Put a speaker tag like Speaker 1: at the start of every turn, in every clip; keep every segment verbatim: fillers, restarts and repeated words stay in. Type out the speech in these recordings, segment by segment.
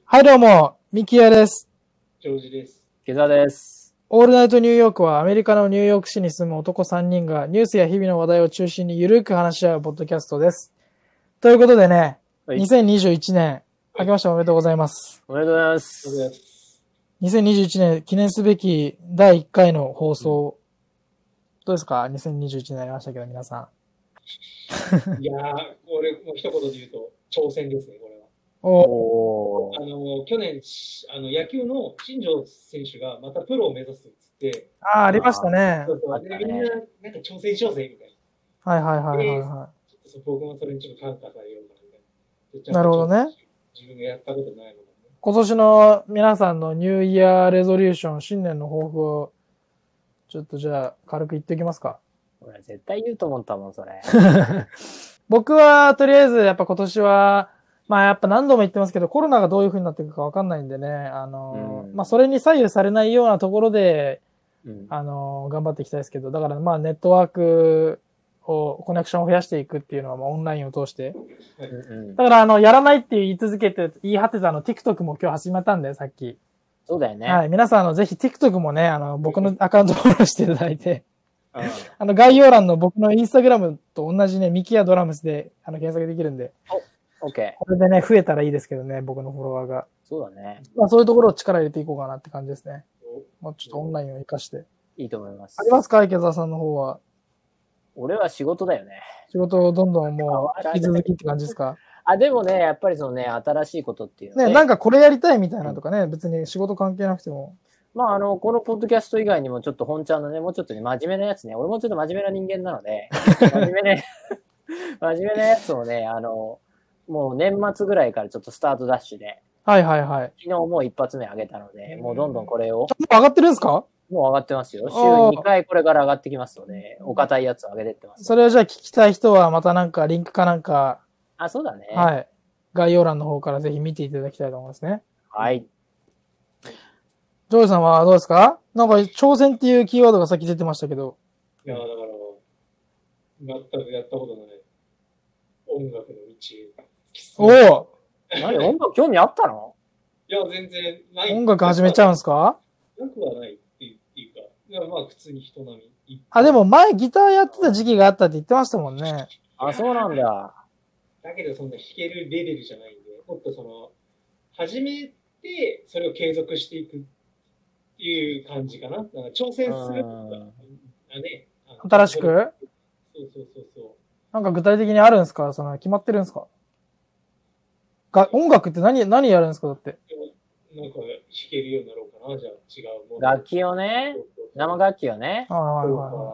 Speaker 1: はい、どうも、ミキヤです。
Speaker 2: ジョージです。
Speaker 3: ケザです。
Speaker 1: オールナイトニューヨークはアメリカのニューヨーク市に住む男さんにんがニュースや日々の話題を中心にゆるく話し合うポッドキャストです。ということでね、はい、にせんにじゅういちねん、明けましておめでとうございます。
Speaker 3: おめでとうございます。
Speaker 1: にせんにじゅういちねん記念すべきだいいっかいの放送、うん、どうですか ?にせんにじゅういちねんありましたけど、皆さん。
Speaker 2: いやー、俺も一言で言うと、挑戦ですね、これは。
Speaker 1: お
Speaker 2: あの去年あの野球の新庄選手がまたプロを目指すっつって、
Speaker 1: ああ、ありましたね。
Speaker 2: そうそうでみんななんか挑戦しようぜみたい
Speaker 1: な。はいはいはいはい、はい。
Speaker 2: ちょっと僕もそれにちょっと感化されようかみたい
Speaker 1: な。なるほどね。
Speaker 2: 自分がやったことないもの、ね、
Speaker 1: 今年の皆さんのニューイヤーレゾリューション、新年の抱負をちょっとじゃあ軽く言っておきますか。
Speaker 3: 俺絶対言うと思ったもん、それ。
Speaker 1: 僕はとりあえずやっぱ今年はまあやっぱ何度も言ってますけど、コロナがどういう風になっていくかわかんないんでね、あの、うん、まあそれに左右されないようなところで、うん、あの、頑張っていきたいですけど、だからまあネットワークを、コネクションを増やしていくっていうのはまあオンラインを通して。うん、だからあの、やらないって言い続けて、言い張ってたあの TikTok も今日始めたんで、さっき。
Speaker 3: そうだよね。
Speaker 1: はい。皆さんあの、ぜひ TikTok もね、あの、僕のアカウントフォローしていただいて、うん、あの、概要欄の僕のインスタグラムと同じね、ミキヤドラムスであの検索できるんで。
Speaker 3: OK。
Speaker 1: これでね、増えたらいいですけどね、僕のフォロワーが。
Speaker 3: そうだね。
Speaker 1: まあそういうところを力入れていこうかなって感じですね。もうちょっとオンラインを活かして。
Speaker 3: いいと思います。
Speaker 1: ありますか、池澤さんの方は。
Speaker 3: 俺は仕事だよね。
Speaker 1: 仕事をどんどんもう引き続きって感じですか？
Speaker 3: あ、でもね、やっぱりそのね、新しいことっていう
Speaker 1: のね。ね、なんかこれやりたいみたいなとかね、うん、別に仕事関係なくても。
Speaker 3: まああの、このポッドキャスト以外にもちょっと本ちゃんのね、もうちょっとね、真面目なやつね、俺もちょっと真面目な人間なので、真面目ね、真面目なやつをね、あの、もう年末ぐらいからちょっとスタートダッシュで。
Speaker 1: はいはいはい。
Speaker 3: 昨日もう一発目上げたので、もうどんどんこれを。もう
Speaker 1: 上がってるんですか？
Speaker 3: もう上がってますよ。週にかいこれから上がってきますので、お堅いやつを上げてってます、ね。
Speaker 1: それをじゃあ聞きたい人はまたなんかリンクかなんか。
Speaker 3: あ、そうだね。
Speaker 1: はい。概要欄の方からぜひ見ていただきたいと思いますね。
Speaker 3: はい。
Speaker 1: ジョージさんはどうですか？なんか挑戦っていうキーワードがさっき出てましたけど。
Speaker 2: いや、だから、全くやったことない音楽の道。
Speaker 1: おお
Speaker 3: 何音楽興味あったの？
Speaker 2: いや、全然ない。
Speaker 1: 音楽始めちゃうんですか？
Speaker 2: なくはないっていうか、いやまあ普通に人並み。
Speaker 1: あ、でも前ギターやってた時期があったって言ってましたもんね。
Speaker 3: あ、そうなんだ。
Speaker 2: だけどそんな弾けるレベルじゃないんで、もっとその、始めて、それを継続していくっていう感じかな。なんか挑戦するとか、ね。
Speaker 1: 新しく？
Speaker 2: そうそうそうそう。
Speaker 1: なんか具体的にあるんですか？その、決まってるんですか？が、音楽って何、何やるんですか？だって。
Speaker 2: なんか弾けるようになろうかな、じゃあ違うも
Speaker 3: の。楽器をね、生楽器をね。
Speaker 1: ああ、はいはいはい。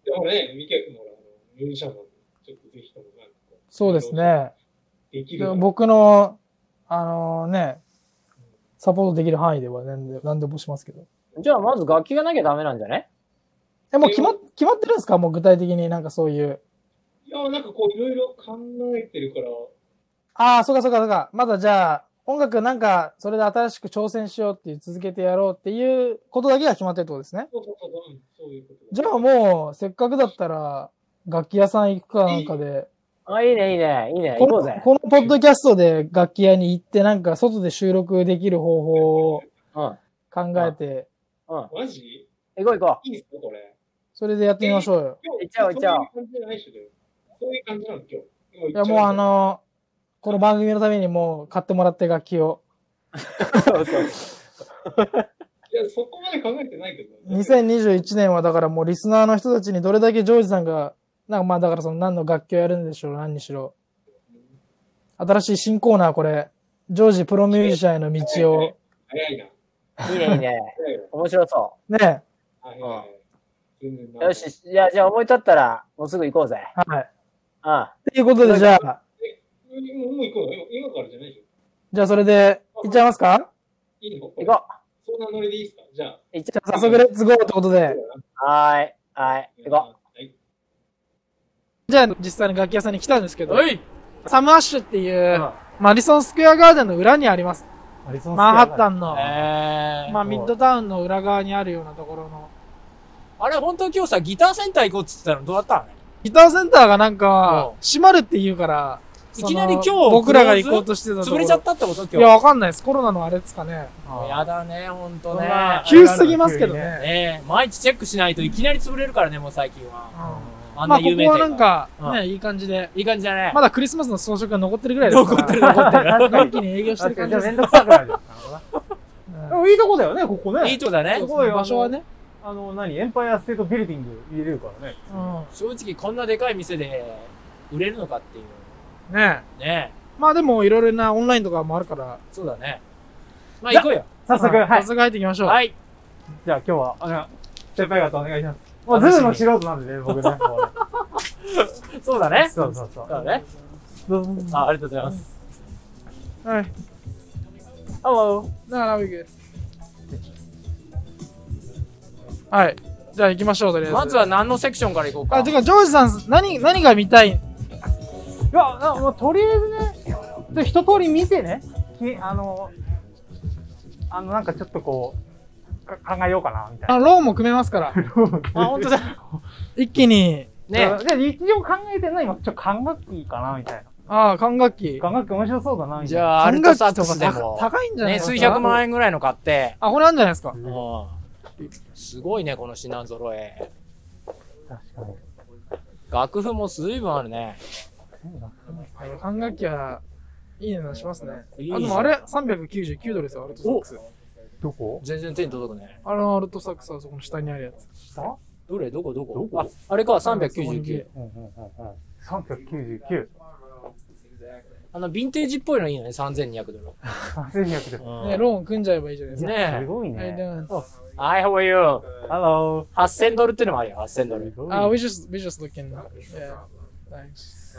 Speaker 2: でもね、ミケ君もミュージシャンもちょっとぜひともなんか。
Speaker 1: そうですね。
Speaker 2: できる。
Speaker 1: 僕の、あのー、ね、サポートできる範囲では何で、何でもしますけど。
Speaker 3: じゃあまず楽器がなきゃダメなんじゃね？
Speaker 1: え、もう決ま、決まってるんですか？もう具体的になんかそういう。
Speaker 2: いや、なんかこういろいろ考えてるから。
Speaker 1: ああ、そうかそうかそうか。まだじゃあ、音楽なんか、それで新しく挑戦しようっていう、続けてやろうっていうことだけが決まってるってことですね。
Speaker 2: そうそうそう、うん、そういうこと。
Speaker 1: じゃあもう、せっかくだったら、楽器屋さん行くかなんかで。
Speaker 3: あ、いいね、いいね、いいね、行こうぜ。
Speaker 1: このポッドキャストで楽器屋に行って、なんか外で収録できる方法を考えて。
Speaker 2: うん。うん、マジ？
Speaker 3: 行こう行こ
Speaker 2: う。いいっすか、これ。
Speaker 1: それでやってみましょうよ。
Speaker 3: 行っちゃおう行っちゃおう。
Speaker 2: そういう感じなの、今日。
Speaker 1: いや、もうあの、この番組のためにもう買ってもらって楽器を。
Speaker 3: そうそう。いや、
Speaker 2: そこまで考えてないけど、
Speaker 1: ね。にせんにじゅういちねんはだからもうリスナーの人たちにどれだけジョージさんが、なんかまあだからその何の楽器をやるんでしょう、何にしろ。新しい新コーナーこれ、ジョージプロミュージシャンへの道を。
Speaker 2: 早いな。
Speaker 3: いいね、いいね。面白そう。
Speaker 1: ねえ。
Speaker 3: うん、よし、じゃあ、じゃあ思い立ったら、もうすぐ行こうぜ。
Speaker 1: はい。
Speaker 3: ああ。
Speaker 1: ということで、じゃあ。
Speaker 2: え、もう行こうよ。今からじゃないでしょ。
Speaker 1: じゃあ、それで、行っちゃいますか？
Speaker 2: いいの？
Speaker 3: 行こ
Speaker 2: う。そんなノリでいいですか？じゃあ。
Speaker 1: じゃあ、早速レッツゴーってことで。
Speaker 3: はーい。はい。行こう。はい、
Speaker 1: じゃあ、実際に楽器屋さんに来たんですけど、サムアッシュっていう、マディソンスクエアガーデンの裏にあります。マンハッタンの、えー、まあミッドタウンの裏側にあるようなところの。
Speaker 3: あれ、本当今日さ、ギターセンター行こうって言ってたのどうだったの？
Speaker 1: ギターセンターがなんか、閉まるって言うから、
Speaker 3: いきなり今日、
Speaker 1: 僕らが行こうとしてたところ。
Speaker 3: 潰れちゃったってこと今日。
Speaker 1: いや、わかんないです。コロナのあれですかね。
Speaker 3: やだね、ほんとね。
Speaker 1: 急すぎますけどね。
Speaker 3: ね毎日チェックしないといきなり潰れるからね、もう最近は。
Speaker 1: あんな有名店。まあ、ここはなんか、ね、いい感じで。
Speaker 3: いい感じだね。
Speaker 1: まだクリスマスの装飾が残ってるぐらいですから。
Speaker 3: 残ってる、残ってる。
Speaker 1: 元気に営業してる感じです。
Speaker 4: めんどくさくないですか。いいとこだよね、ここね。
Speaker 3: いいとこだね。
Speaker 4: すごい
Speaker 1: 場所はね。
Speaker 4: あの、何エンパイアステートビルディング入れるからね。
Speaker 3: 正直こんなでかい店で売れるのかっていう。
Speaker 1: ね
Speaker 3: え。ねえ。
Speaker 1: まあでもいろいろなオンラインとかもあるから。
Speaker 3: そうだね。まあ行こうよ。
Speaker 4: 早速、はい。
Speaker 1: 早速入っていきましょう。
Speaker 3: はい。
Speaker 4: じゃあ今日は、あの、先輩方お願いします。もうズームの素人なんでね、僕ね。
Speaker 3: そうだね。
Speaker 4: そうそうそう。
Speaker 3: そうだね。あ、ありがとうございます。
Speaker 1: はい。
Speaker 4: Hello.
Speaker 1: No, no, we good. はい。じゃあ行きましょう、とりあえず。
Speaker 3: まずは何のセクションから行こうか。
Speaker 1: あ、てか、ジョージさん、何、何が見たい？い
Speaker 4: や、なもうとりあえずね、で一通り見てね、きあの、あの、なんかちょっとこう、か考えようかな、みたいな。
Speaker 1: あ、ローンも組めますから。
Speaker 3: あ、ほんとだ。
Speaker 1: 一気に。
Speaker 3: ね。
Speaker 4: じゃあ、一応考えてるのは今、ちょっと管楽器かな、みたいな。
Speaker 1: ああ、管楽器。
Speaker 4: 管楽器面白そうだな、みたいな。
Speaker 3: じゃあ、アルトサックスでも。
Speaker 1: 高いんじゃないですか。
Speaker 3: ね、数百万円ぐらいの買って。
Speaker 1: あ、これあるんじゃないですか。
Speaker 3: うん。すごいね、この品揃え。
Speaker 4: 確かに。
Speaker 3: 楽譜も随分あるね。
Speaker 1: 管楽器はいい値段しますね。あ、でもあれさんびゃくきゅうじゅうきゅうドルですよ、アルトサックス。
Speaker 4: どこ？
Speaker 3: 全然手に届くね。
Speaker 1: あのアルトサックスはそこの下にあるやつ。
Speaker 4: 下？
Speaker 3: どれどこどこ？どこ？あ、あれか、さんびゃくきゅうじゅうきゅう。
Speaker 4: うんうんうんうん。さんびゃくきゅうじゅうきゅう。
Speaker 3: あの、ヴィンテージっぽいのいいのね、さんぜんにひゃくドル。
Speaker 4: さんぜんにひゃくドル。
Speaker 1: ね、ローン組んじゃえばいいじゃないですか。
Speaker 3: ね
Speaker 4: すごいね。
Speaker 3: Hi, how are you?
Speaker 4: Hello.
Speaker 3: はっせんドルってのもあるよ、はっせんドル。
Speaker 1: あ、we just, we just looking. Yeah. Thanks.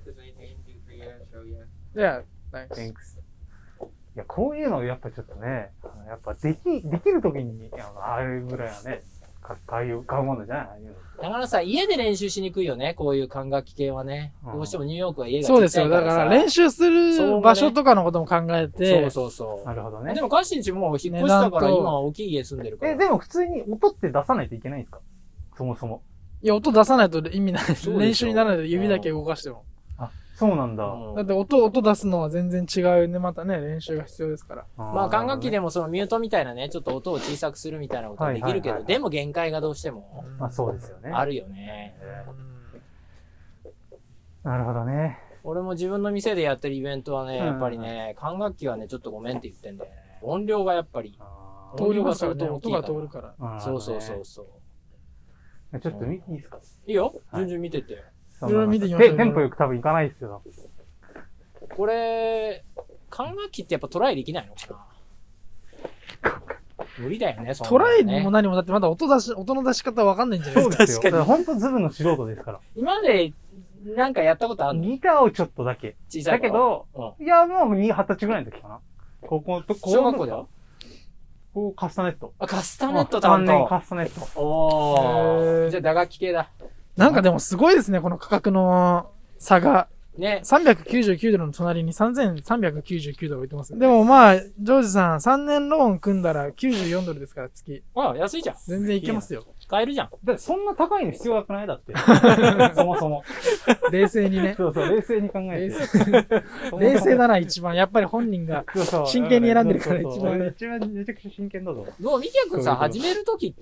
Speaker 1: Yeah, thanks.
Speaker 4: Thanks. いや、こういうのやっぱちょっとね、やっぱでき、できるときに、あれぐらいはね、買う、買うものじゃない。
Speaker 3: だからさ、家で練習しにくいよね、こういう管楽器系はね。どうしてもニューヨークは家が
Speaker 1: そうですよ。だから練習する場所とかのことも考えて。
Speaker 3: そうそうそう。
Speaker 4: なるほどね。
Speaker 3: でも、カッシンちもう引っ越したから今大きい家住んでるから。
Speaker 4: え、でも普通に音って出さないといけないんですか？そもそも。
Speaker 1: いや、音出さないと意味ない。練習にならないと指だけ動かしても。
Speaker 4: あ、そうなんだ。
Speaker 1: だって音、音出すのは全然違うね。またね、練習が必要ですから。
Speaker 3: まあ、管楽器でもそのミュートみたいなね、ちょっと音を小さくするみたいなことはできるけど、でも限界がどうしても。
Speaker 4: まあそうですよね。
Speaker 3: あるよね。
Speaker 4: なるほどね。
Speaker 3: 俺も自分の店でやってるイベントはね、やっぱりね、管楽器はね、ちょっとごめんって言ってんだよね。音量がやっぱり。
Speaker 1: 通りが相当大きいから。音が通るから。
Speaker 3: そうそうそうそう。
Speaker 4: ちょっと見ていいですか？
Speaker 3: いいよ。順々見てってよ。
Speaker 1: いろいろ見てみましょう。
Speaker 4: テンポよく多分いかないですよ。
Speaker 3: これ、管楽器ってやっぱトライできないのかな？無理だよね、そんな
Speaker 1: トライも何もだってまだ音出し、音の出し方わかんないんじゃないですか。
Speaker 4: 確かに。ほんとズブの素人ですから。
Speaker 3: 今までなんかやったことあるの？
Speaker 4: ギターをちょっとだけ。
Speaker 3: 小さい。
Speaker 4: だけど、いや、もう二十歳ぐらいの時かな。ここ、こ
Speaker 3: 小学校だよ。
Speaker 4: こうカスタネット。
Speaker 3: あ、カスタネット担当。
Speaker 4: さんねんカスタネット。
Speaker 3: おー。じゃあ打楽器系だ。
Speaker 1: なんかでもすごいですね、この価格の差が。
Speaker 3: ね。
Speaker 1: さんびゃくきゅうじゅうきゅうドルの隣にさんぜんさんびゃくきゅうじゅうきゅうドル置いてます。でもまあ、ジョージさん、さんねんローン組んだらきゅうじゅうよんドルですから、月。
Speaker 3: ああ、安いじゃん。
Speaker 1: 全然いけますよ。
Speaker 3: 買えるじゃん。
Speaker 4: だってそんな高いの必要なくないだって。そもそも。
Speaker 1: 冷静にね。
Speaker 4: そうそう、冷静に考え
Speaker 1: て。冷静だな、一番。やっぱり本人が真剣に選んでるから一番。
Speaker 4: 一番めちゃくちゃ真剣だぞ。
Speaker 3: どう、みきやくんさ、始めるときって、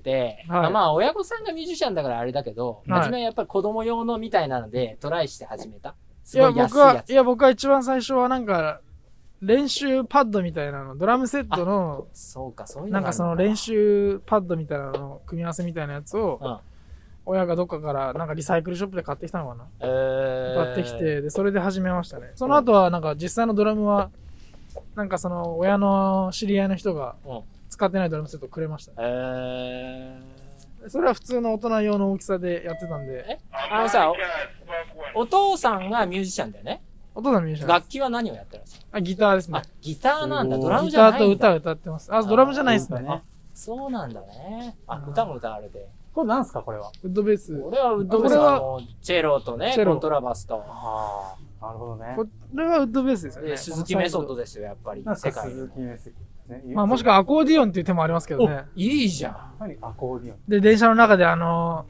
Speaker 3: はい、まあ、親御さんがミュージシャンだからあれだけど、はい、初めはやっぱり子供用のみたいなのでトライして始めた。
Speaker 1: いや、僕は、いや、僕は一番最初はなんか、練習パッドみたいなの、ドラムセットの、
Speaker 3: そうか、そういうの
Speaker 1: なんかその練習パッドみたいなの、組み合わせみたいなやつを、うん、親がどっかからなんかリサイクルショップで買ってきたのかな。えー、買ってきて、で、それで始めましたね。その後はなんか実際のドラムは、なんかその親の知り合いの人が使ってないドラムセットをくれましたね。えー、それは普通の大人用の大きさでやってたんで。
Speaker 3: えあのさ、お父さんがミュージシャンだよね。
Speaker 1: お父さんミュージシャン。
Speaker 3: 楽器は何をやってるんですか？
Speaker 1: あ、ギターですね。あ、
Speaker 3: ギターなんだ。ドラムじゃないんだ。
Speaker 1: ギターと歌歌ってます。あ、ドラムじゃないですね。
Speaker 3: あ、そうなんだね。あ、歌も歌われて。
Speaker 4: これ何すかこれは？
Speaker 1: ウッドベース。
Speaker 3: これはウッドベース。はチェロとね、コントラバスと。
Speaker 4: ああ、なるほどね。
Speaker 1: これはウッドベースですよね。
Speaker 3: 鈴木メソッドですよ、やっぱり。世界
Speaker 4: 鈴木メソッド。
Speaker 1: まあもしくはアコーディオンっていう手もありますけどね。
Speaker 3: いいじゃん。
Speaker 4: 何アコーディオン？
Speaker 1: で、電車の中であの、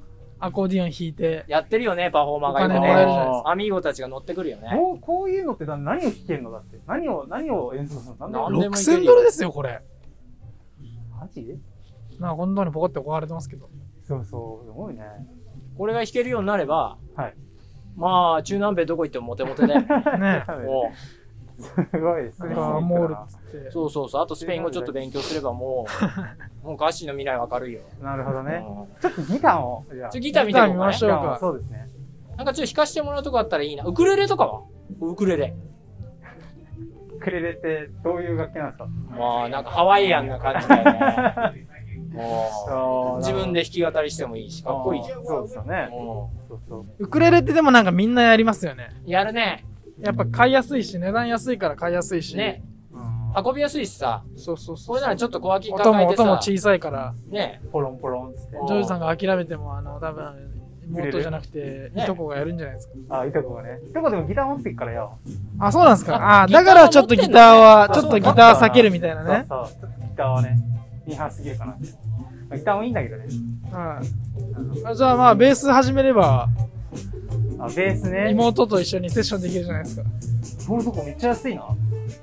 Speaker 1: アコーディオン弾いて。
Speaker 3: やってるよね、パフォーマーが今
Speaker 1: お金もらえるじゃないです
Speaker 3: ね。アミーゴたちが乗ってくるよね。
Speaker 4: こう、こういうのって何を弾けるのだって。何を、何を演奏するのなんで
Speaker 3: なん
Speaker 1: ろくせんドルですよ、これ。
Speaker 4: マジで
Speaker 1: なんか本当にポコって置かれてますけど。
Speaker 4: そうそう、すごいね。
Speaker 3: これが弾けるようになれば、
Speaker 4: はい。
Speaker 3: まあ、中南米どこ行ってもモテモテで。
Speaker 1: ね。
Speaker 3: も
Speaker 4: すごいですね。
Speaker 1: なんかモールっつって。
Speaker 3: うそうそうそう。あとスペイン語ちょっと勉強すればもう、もうガッシーの未来明るいよ。
Speaker 4: なるほどね。
Speaker 3: うん
Speaker 4: ちょっとギターを、じゃあ
Speaker 3: ちょギター見てみようかね
Speaker 1: ギター見ましょうか
Speaker 4: そうですね。
Speaker 3: なんかちょっと弾かしてもらうとこあったらいいな。ウクレレとかはウクレレ。
Speaker 4: ウクレレってどういう楽器なんですか？
Speaker 3: まあ、なんかハワイアンな感じだよね。もう、
Speaker 4: あー
Speaker 3: 自分で弾き語りしてもいいし、かっこいいじゃん。
Speaker 4: あーそうですよね。
Speaker 3: う
Speaker 4: そうそう。
Speaker 1: ウクレレってでもなんかみんなやりますよね。
Speaker 3: んやるね。
Speaker 1: やっぱ買いやすいし、値段安いから買いやすいし。
Speaker 3: ね。
Speaker 4: うん
Speaker 3: 運びやすいしさ。
Speaker 1: そうそうそう。
Speaker 3: これならちょっと小脇
Speaker 1: 音も、
Speaker 3: 抱えてさ。
Speaker 1: 音も小さいから、
Speaker 3: ね。
Speaker 4: ポロンポロンっつって。
Speaker 1: ジョージさんが諦めても、あの、多分、妹じゃなくて、
Speaker 3: ね
Speaker 1: いとこがやるんじゃないですか。
Speaker 4: あ、いとこがね。いとこでもギター持ってっからよ。
Speaker 1: あ、そうなんですか。あ、
Speaker 3: あギター
Speaker 1: だからちょっとギターは、
Speaker 3: 持ってんのね
Speaker 1: ちょっとギター避けるみたいなね。
Speaker 4: そうそう。ちょっとギターはね、ミーハーすぎるかなって。まあギターもいいんだけどね。
Speaker 1: はい。あじゃあまあ、ベース始めれば、
Speaker 4: あ、ベースね。
Speaker 1: 妹と一緒にセッションできるじゃないですか。
Speaker 4: このとこめっちゃ安いな。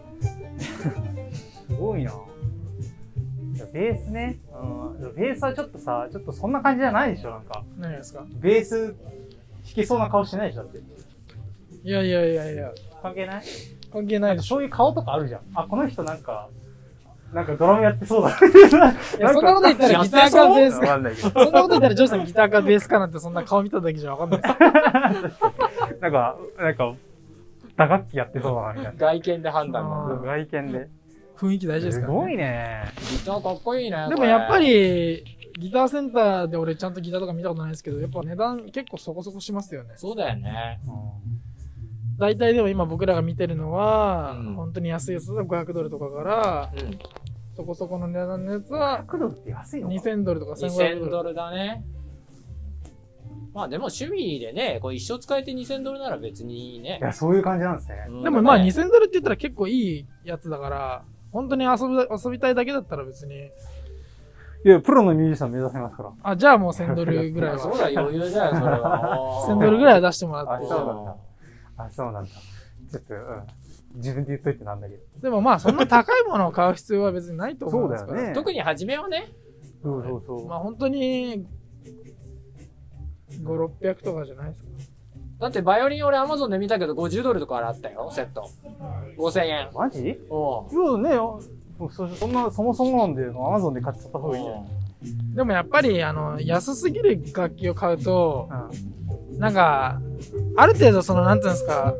Speaker 4: すごいな。いやベースね。うん。ベースはちょっとさ、ちょっとそんな感じじゃないでしょ、なんか。
Speaker 1: 何がですか。
Speaker 4: ベース弾けそうな顔してないでしょ、だって。
Speaker 1: いやいやいやいや、
Speaker 4: 関係ない
Speaker 1: 関係ないでしょ。
Speaker 4: そういう顔とかあるじゃん。あ、この人なんか、なんかドラムやってそうだ。
Speaker 1: いや、そんなこと言ったらギターかベース
Speaker 4: わ
Speaker 1: か。
Speaker 4: かんないけど。
Speaker 1: そんなこと言ったらジョージさんギターかベースかなんてそんな顔見ただけじゃわかんないです。
Speaker 4: なんか、なんか、打楽器やってそうだな、みたいな。
Speaker 3: 外見で判断
Speaker 1: あ
Speaker 3: が。
Speaker 1: ー
Speaker 4: 外見で。
Speaker 1: 雰囲気大事です
Speaker 4: す
Speaker 1: から、ね。
Speaker 4: ごいね。
Speaker 3: ギターかっこいいね。
Speaker 1: でもやっぱり、ギターセンターで俺ちゃんとギターとか見たことないですけど、やっぱ値段結構そこそこしますよね。
Speaker 3: そうだよね。
Speaker 1: 大体でも今僕らが見てるのは、
Speaker 3: うん
Speaker 1: 本当に安いやつだとごひゃくドルとかから、
Speaker 3: うん。
Speaker 1: そこそこの値段のやつは
Speaker 4: ひゃくドルって安いのか
Speaker 1: にせんドルとかせんごひゃく
Speaker 3: 2000
Speaker 1: ドル。
Speaker 3: ドルだね。まあでも趣味でね、これ一生使えてにせんドルなら別にいいね
Speaker 4: い。や、そういう感じなんですね。
Speaker 3: うん
Speaker 1: でもまあ
Speaker 3: ね
Speaker 1: にせんドルって言ったら結構いいやつだから、本当に遊ぶ遊びたいだけだったら別に、
Speaker 4: いや、プロのミュージシャン目指せますから。
Speaker 1: あ、じゃあもうせんドルぐらい
Speaker 3: そう
Speaker 1: は、
Speaker 3: だ余裕だよ、それは。
Speaker 1: せんドルぐらいは出してもら
Speaker 4: あ、
Speaker 1: って。
Speaker 4: そうなんだ。あ、そうなんだ。ちょっと、うん。自分で言っといてなんだけど。
Speaker 1: でもまあそんな高いものを買う必要は別にないと思うんですから。
Speaker 4: そうだよね
Speaker 3: 特に初めはね、
Speaker 4: そうそうそう。
Speaker 1: まあ本当に、ご、ろっぴゃくとかじゃないですか。
Speaker 3: だってバイオリン俺アマゾンで見たけどごじゅうドルとかあったよ、セット。ごせんえん。
Speaker 4: マジいや
Speaker 3: おう
Speaker 4: ね、そそんな、そもそもなんで、アマゾンで買っちゃった方がいいんじゃない
Speaker 1: でもやっぱり、あの、安すぎる楽器を買うと、なんか、ある程度その、なんていうんですか、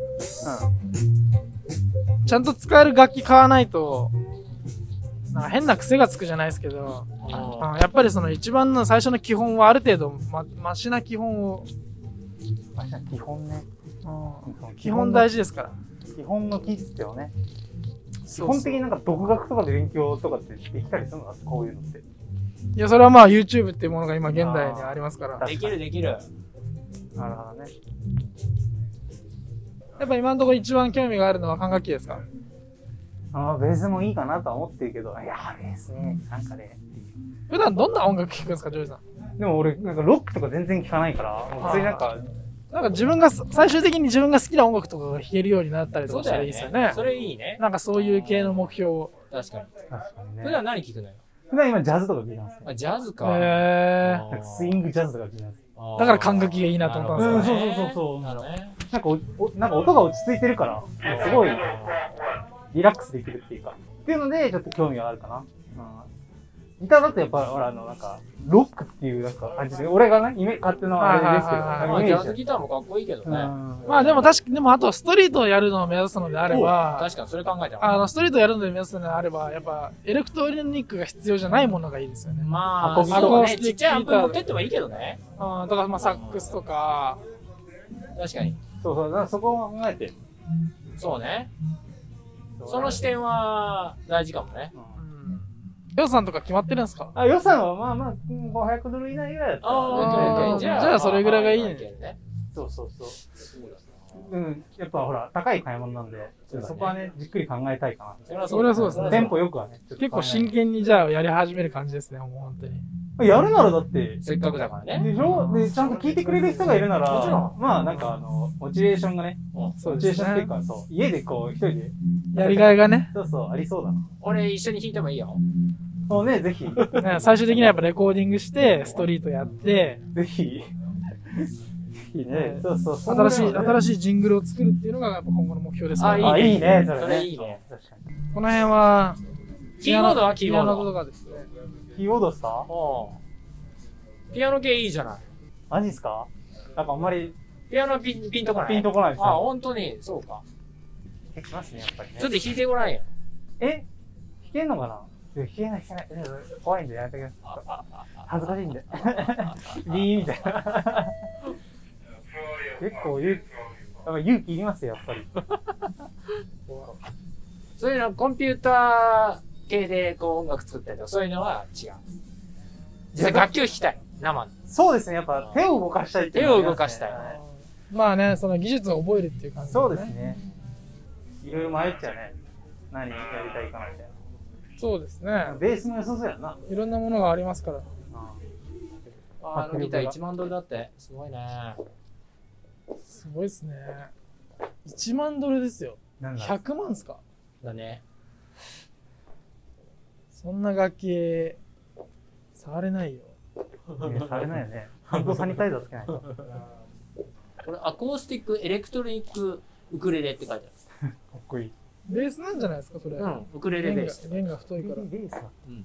Speaker 1: ちゃんと使える楽器買わないと、なんか変な癖がつくじゃないですけど、
Speaker 3: うん
Speaker 1: うんやっぱりその一番の最初の基本はある程度、ま、マシな基本を、
Speaker 4: うん。基本ね。
Speaker 1: うん基本大事ですから。
Speaker 4: 基本の技術をね。基
Speaker 1: そうそう
Speaker 4: 本的になんか独学とかで勉強とかってできたりするのかこういうのって。
Speaker 1: いや、それはまあ YouTube っていうものが今現代にありますから。
Speaker 3: できるできる。
Speaker 4: なるほどね。
Speaker 1: やっぱ今のところ一番興味があるのは管楽器ですか？
Speaker 4: あーベースもいいかなとは思ってるけど、いやー、ベースね、なんかね。
Speaker 1: 普段どんな音楽聴くんですか、ジョージさん。
Speaker 4: でも俺、なんかロックとか全然聞かないから、もう普通になんか、
Speaker 1: なんか自分が、最終的に自分が好きな音楽とかが弾けるようになったりとかしたらいいですよね。
Speaker 3: それいいね。
Speaker 1: なんかそういう系の目標を。
Speaker 3: 確かに。
Speaker 4: 確かにね。
Speaker 3: 普段何聞くのよ。
Speaker 4: 普段今ジャズとか聞いてますね。
Speaker 3: あ、ジャズか。
Speaker 1: へ
Speaker 3: あー
Speaker 4: なんかスイングジャズとか聞いてます。
Speaker 1: だから管楽器がいいなと思ったんですよね
Speaker 4: うんそうそうそうそう
Speaker 3: なるほどね。
Speaker 4: なんかおお、なんか音が落ち着いてるから、すごいリラックスできるっていうか。っていうので、ちょっと興味があるかな。うんギターだとやっぱ、ほら、あの、なんか、ロックっていうなんか感じで、俺がね、イメ勝手なあれですけど、
Speaker 1: はいはいはい
Speaker 3: まあ、
Speaker 4: イメージ
Speaker 3: ジャズギターもかっこいいけどね。
Speaker 4: うん
Speaker 1: まあでも確かに、でもあとストリートをやるのを目指すのであれば、
Speaker 3: 確かにそれ考えたら。
Speaker 1: あの、ストリートをやるので目指すのであれば、やっぱエレクトロニックが必要じゃないものがいいですよね。
Speaker 3: まあ、
Speaker 4: アコギ
Speaker 3: そうね。
Speaker 1: アコースティック
Speaker 3: ちっちゃいアンプ持ってってもいいけどね。
Speaker 1: うん、だからまあサックスとか、
Speaker 3: 確かに。
Speaker 4: そうそう、だからそこを考えて。
Speaker 3: そうね。その視点は大事かもね。
Speaker 1: うん。予算とか決まってるんですか？
Speaker 4: あ、予算はまあまあ、うんごひゃくドル以内ぐらいだったら。
Speaker 1: あー
Speaker 4: 全然
Speaker 1: じゃあそれぐらいがいいね
Speaker 3: ね。
Speaker 4: そうそうそう。
Speaker 3: そうだ
Speaker 4: うん、やっぱほら、高い買い物なんで、
Speaker 3: そうだね
Speaker 4: そこはね、じっくり考えたいか
Speaker 3: それは
Speaker 1: それはそうですね
Speaker 4: な。テンポよくはね、ちょっと考え
Speaker 1: 結構真剣にじゃあやり始める感じですね、もう本当に。
Speaker 4: やるならだって、
Speaker 3: せっかくだからね。
Speaker 4: でしょで、ちゃんと聞いてくれる人がいるなら、
Speaker 3: もちろん
Speaker 4: まあなんかあの、モチベーションがね、
Speaker 1: そう
Speaker 4: モチベー
Speaker 1: ですね
Speaker 4: ションっていう。か、そう、家でこう、一人で、
Speaker 1: やりがいがね。
Speaker 4: そうそう、ありそうだな。
Speaker 3: 俺一緒に弾いてもいいよ。
Speaker 4: もうね、ぜひ、
Speaker 1: ね最終的にはやっぱレコーディングして、ストリートやって、
Speaker 4: ぜひ、ぜひね、そうそう、そう
Speaker 1: 新しい、新
Speaker 4: し
Speaker 1: しいジングルを作るっていうのがやっぱ今後の目標ですから。
Speaker 3: あ
Speaker 4: あ、いいね、それね。
Speaker 3: それいいね。
Speaker 4: 確かに。
Speaker 1: この辺は、
Speaker 3: キーボードはキーボー
Speaker 1: ピアノと
Speaker 3: ド。
Speaker 1: かですね。
Speaker 4: キーボードっすか
Speaker 3: うん。ピアノ系いいじゃない。
Speaker 4: マジっすかなんかあんまり
Speaker 3: ピアノピン、ピンとこない。
Speaker 4: ピンとこないですね。
Speaker 3: あ、本当に、そうか。
Speaker 4: え、きますね、やっぱりね
Speaker 3: ちょっと弾いてごらんよ。
Speaker 4: え弾けんのかないや弾けない、弾けない。うん怖いんでやめてください。恥ずかしいんで。ビーみたいな。結構勇気、やっぱ勇気いりますよ、やっぱり。
Speaker 3: そういうの、コンピューター系でこう音楽作ったりとか、そういうのは違う。実際楽器を弾きたい。生の。
Speaker 4: そうですね、やっぱ手を動かしたいっていうのはありますね
Speaker 3: 手を動かしたい
Speaker 1: まあね、その技術を覚えるっていう感じ、
Speaker 4: そうです。ね。いろいろ迷っちゃうね。何やりたいかなみたい
Speaker 1: そうですね。
Speaker 4: な。ベースも良さそうやな。
Speaker 1: いろんなものがありますから。
Speaker 3: あのギターいちまんドルだって。すごいね。
Speaker 1: すごいですね。いちまんドルですよ。
Speaker 4: なんだ
Speaker 1: ひゃくまんっすか？
Speaker 3: だね。
Speaker 1: そんな楽器、触れないよ。
Speaker 4: ねされないよね。ハンドサニタイザーつけないと。か
Speaker 3: これ、アコースティックエレクトロニックウクレレって書いてある。
Speaker 4: っこいい。
Speaker 1: ベースなんじゃないですか、それ。
Speaker 3: うん、ウクレレベース。
Speaker 1: 弦が弦が太いから。
Speaker 4: ベースは
Speaker 3: うん。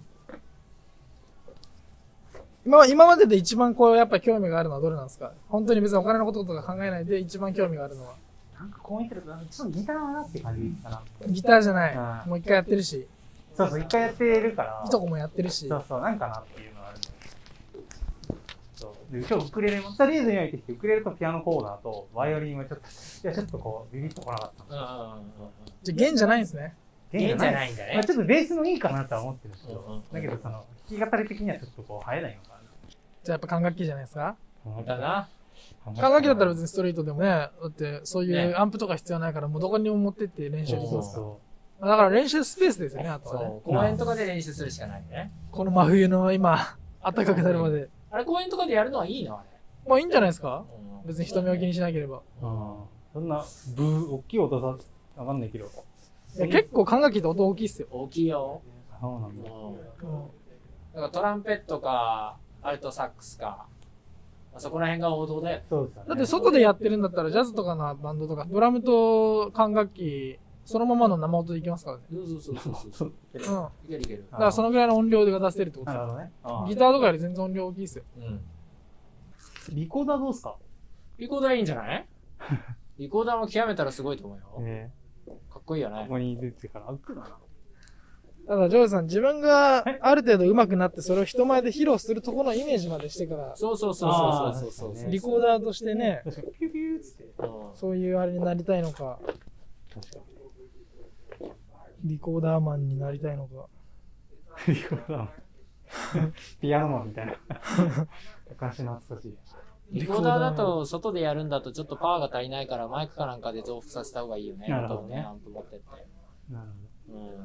Speaker 1: 今今までで一番こう、やっぱ興味があるのはどれなんですか？本当に別にお金のこととか考えないで一番興味があるのは。
Speaker 4: なんかこう見てると、ちょっとギターはなって感じかな。
Speaker 1: ギターじゃない。
Speaker 4: うん
Speaker 1: もう一回やってるし、
Speaker 4: そうそう、一回やってるから。
Speaker 1: いとこもやってるし。
Speaker 4: そうそう、なんかなっていうのはあるんだよ。そう。で、今日ウクレレも、とりあえずに置いてきて、ウクレレとピアノコーナーと、バイオリンはちょっと、いや、ちょっとこう、ビビッとこなかったんで
Speaker 3: うんうんうんうん。
Speaker 1: じゃあ弦じゃないんですね。
Speaker 3: 弦じゃないんだね
Speaker 4: まあ。ちょっとベースのいいかなとは思ってるけど、
Speaker 3: うんうんうん
Speaker 4: だけどその、弾き語り的にはちょっとこう、生えないのか
Speaker 1: じゃあやっぱ管楽器じゃないですか？
Speaker 4: な。
Speaker 3: だな。
Speaker 1: 管楽器だったら別にストリートでもね、だってそうい
Speaker 3: ね
Speaker 1: うアンプとか必要ないからもうどこにも持ってって練習でき
Speaker 4: そう
Speaker 1: ますから。
Speaker 4: そ
Speaker 1: だから練習スペースですよね、あとはね。
Speaker 3: そう。公園とかで練習するしかないね。
Speaker 1: この真冬の今、暖かくなるまで。
Speaker 3: あれ公園とかでやるのはいいのあれ。
Speaker 1: まあいいんじゃないですか？
Speaker 3: うん
Speaker 1: 別に人目を気にしなければ。
Speaker 4: う。うん。そんな、ブー、大きい音さ、わかんないけど。
Speaker 1: いや結構管楽器って音大きいっすよ。
Speaker 3: 大きいよ。
Speaker 4: そうなんだ。
Speaker 3: うん。
Speaker 1: うん
Speaker 3: だからトランペットか、アルトサックスか。そこら辺が王道だよ。
Speaker 4: そうですよね。
Speaker 1: だって外でやってるんだったらジャズとかのバンドとかドラムと管楽器そのままの生音でいきますからね。
Speaker 3: そうそうそうそうそう。
Speaker 1: うん。だ
Speaker 3: いけるいける。
Speaker 1: からそのぐらいの音量が出せるってことですよ。
Speaker 4: なるほどね。あ
Speaker 1: ギターとかより全然音量大きいっすよ。
Speaker 3: うん。
Speaker 4: リコーダーどうっすか
Speaker 3: リコーダーいいんじゃないリコーダーも極めたらすごいと思うよ。
Speaker 4: え
Speaker 3: かっこいいよね。
Speaker 4: ここに出てから、あ、来るかな。
Speaker 1: ただジョージさん自分がある程度上手くなってそれを人前で披露するところのイメージまでしてから
Speaker 3: そうそうそうそうそうそうそう。
Speaker 1: リコーダーとしてね、
Speaker 4: 確かに、ピューピューっつって。
Speaker 3: うん
Speaker 1: そういうあれになりたいのか、
Speaker 4: 確か
Speaker 1: リコーダーマンになりたいのか。
Speaker 4: に。リコーダーマン。ピアノマンみたいな。昔懐かしい。
Speaker 3: リコーダーだと外でやるんだとちょっとパワーが足りないからマイクかなんかで増幅させた方がいいよね。
Speaker 4: なるほどね
Speaker 3: 音をアンプ持ってって。
Speaker 4: なる
Speaker 3: うん。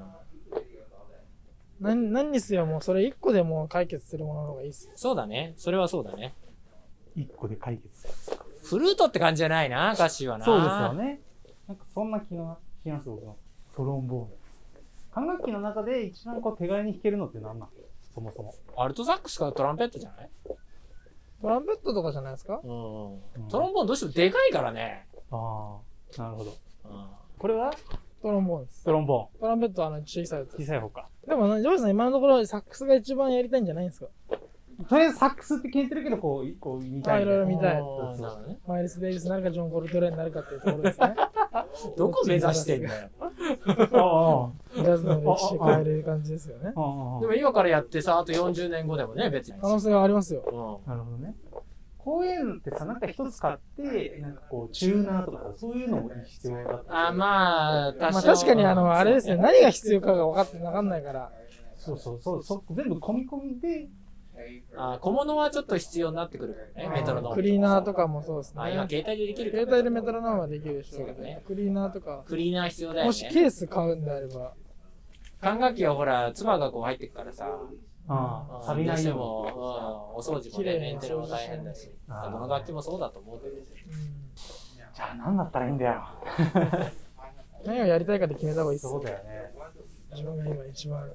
Speaker 1: 何、何にせよもうそれ一個でもう解決するものの方がいいっすよ。
Speaker 3: そうだね。それはそうだね。
Speaker 4: ほど。一個で解決する。
Speaker 3: フルートって感じじゃないな、歌詞はな。
Speaker 4: そうですよね。なんかそんな気がします、僕は。トロンボーン。管楽器の中で一番こう手軽に弾けるのって何なのそもそも。
Speaker 3: アルトサックスかトランペットじゃない
Speaker 1: トランペットとかじゃないですか？
Speaker 3: うん。
Speaker 4: うん
Speaker 3: トロンボーンどうしてもでかいからね。
Speaker 4: ああ、なるほど。
Speaker 3: うん。
Speaker 4: これは
Speaker 1: トロンボーンです。
Speaker 4: トロンボ
Speaker 1: トランペットはあの小さいやつ
Speaker 4: ーン。
Speaker 1: です。
Speaker 4: 小さい方か。
Speaker 1: でもね、ジョージさん今のところサックスが一番やりたいんじゃないんですか？
Speaker 4: とりあえずサックスって決めてるけど、こう、こう見たい。
Speaker 1: あいろいろ見たい
Speaker 3: あーなるほどね。
Speaker 1: マイルス・デイビスになるかジョン・コルトレーンになるかっていうところですね。
Speaker 3: どこ目指してんだよ。
Speaker 4: ああ。
Speaker 1: ジャズの歴史を変える感じですよね。
Speaker 4: ああ。
Speaker 3: でも今からやってさ、あとよんじゅうねんごでもね、別に。
Speaker 1: 可能性はありますよ。
Speaker 3: うん。
Speaker 4: なるほどね。こういうのってさ、なんか一つ買って、なんかこう、チューナーとかさ、そういうのも必要だった。
Speaker 3: あ、まあ、多少
Speaker 1: まあ確かにあの、あれですね、何が必要かが分かってわかんないから。
Speaker 4: そうそうそう、そ全部込み込みで、
Speaker 3: あ、小物はちょっと必要になってくるからね、メトロノーム。
Speaker 1: クリーナーとかもそうですね。
Speaker 3: あ、今携帯でできるから。
Speaker 1: 携帯でメトロノームはできるでしょ
Speaker 3: そうだね
Speaker 1: クリーナーとか。
Speaker 3: クリーナー必要だよね。
Speaker 1: もしケース買うんであれば。
Speaker 3: 管楽器はほら、唾がこう入ってくからさ、
Speaker 4: ああ、錆びないように。
Speaker 3: も、うん、お掃除もね、メンテナンスも大変だし、どの楽器もそうだと思うけど。
Speaker 4: じゃあ何だったらいいんだよ。
Speaker 1: 何をやりたいかで決めた方がいいっす。
Speaker 4: そうだよね。
Speaker 1: 自分が今一番。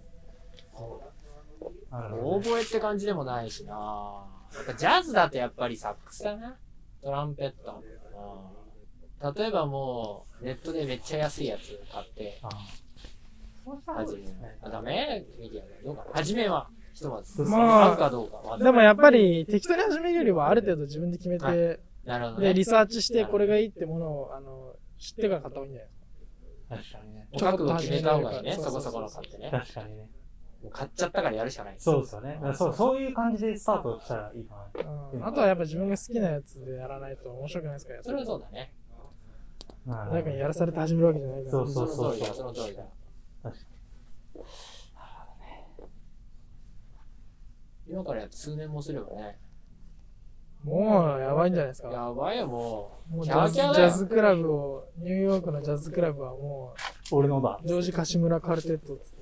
Speaker 3: 大声って感じでもないしな。やっぱジャズだとやっぱりサックスだな。トランペット。うん、例えばもう、ネットでめっちゃ安いやつ買って、はじめ、あ、ダメミディアどうかな。はじめは、ひとまず。
Speaker 1: まあ、
Speaker 3: かどうかま
Speaker 1: でもやっぱり適当に始めるよりはある程度自分で決めて、はい、
Speaker 3: なるほどね、
Speaker 1: で、リサーチしてこれがいいってものを、あの、知ってから買った方がいいんじゃないですか。
Speaker 3: 確かにね。覚悟決めた方がいいね。そこそこの買ってね。
Speaker 4: 確かにね。
Speaker 3: 買っちゃったからやるしかない。
Speaker 4: そうですよね。そう、そういう感じでスタートしたらいいかな。
Speaker 1: うん、あとはやっぱ自分が好きなやつでやらないと面白くないですから。
Speaker 3: それはそうだね。
Speaker 1: 誰かにやらされて始めるわけじゃないから。
Speaker 4: そうそうそう。
Speaker 3: その通りだ。
Speaker 4: 確かに。
Speaker 3: 今からやって数年もすればね。
Speaker 1: もうやばいんじゃないですか。
Speaker 3: やばいよ、もう。
Speaker 1: もうジャズ、ジャズクラブを、ニューヨークのジャズクラブはも
Speaker 4: う、俺のだ。
Speaker 1: ジョージ・カシムラ・カルテットっつって。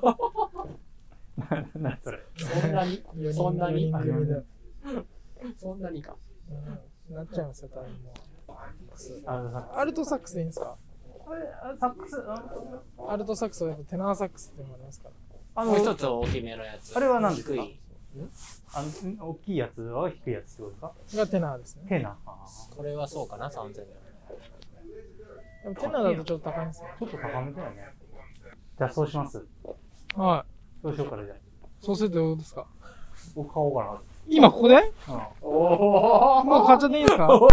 Speaker 4: 何それ。
Speaker 3: そんなにそんなに
Speaker 1: よにん組で。
Speaker 3: そんなにか。
Speaker 1: うん、なっちゃいますよ、多分もう。
Speaker 4: ア
Speaker 1: アルトサックスでいいんですか？
Speaker 4: あれ、サックス
Speaker 1: アルトサックスはやっぱテナーサックスっていうのもありますから。
Speaker 3: あの、もう一つ大きめのやつ。
Speaker 4: あれは何ですか？
Speaker 3: 低い。
Speaker 4: あの、大きいやつは低いやつってことです
Speaker 1: か？がテナーですね。
Speaker 4: テナー。
Speaker 3: これはそうかな、さんぜんえん。
Speaker 1: でもテナーだとちょっと高いんですよ。
Speaker 4: ちょっと高めだよね。じゃあそうします。
Speaker 1: はい。
Speaker 4: どうしようかな、じゃあ。
Speaker 1: そうするとどうですか？
Speaker 4: 僕買おうかな。
Speaker 1: 今ここで？うん。
Speaker 3: おー。
Speaker 1: もう買っちゃっていいんですか？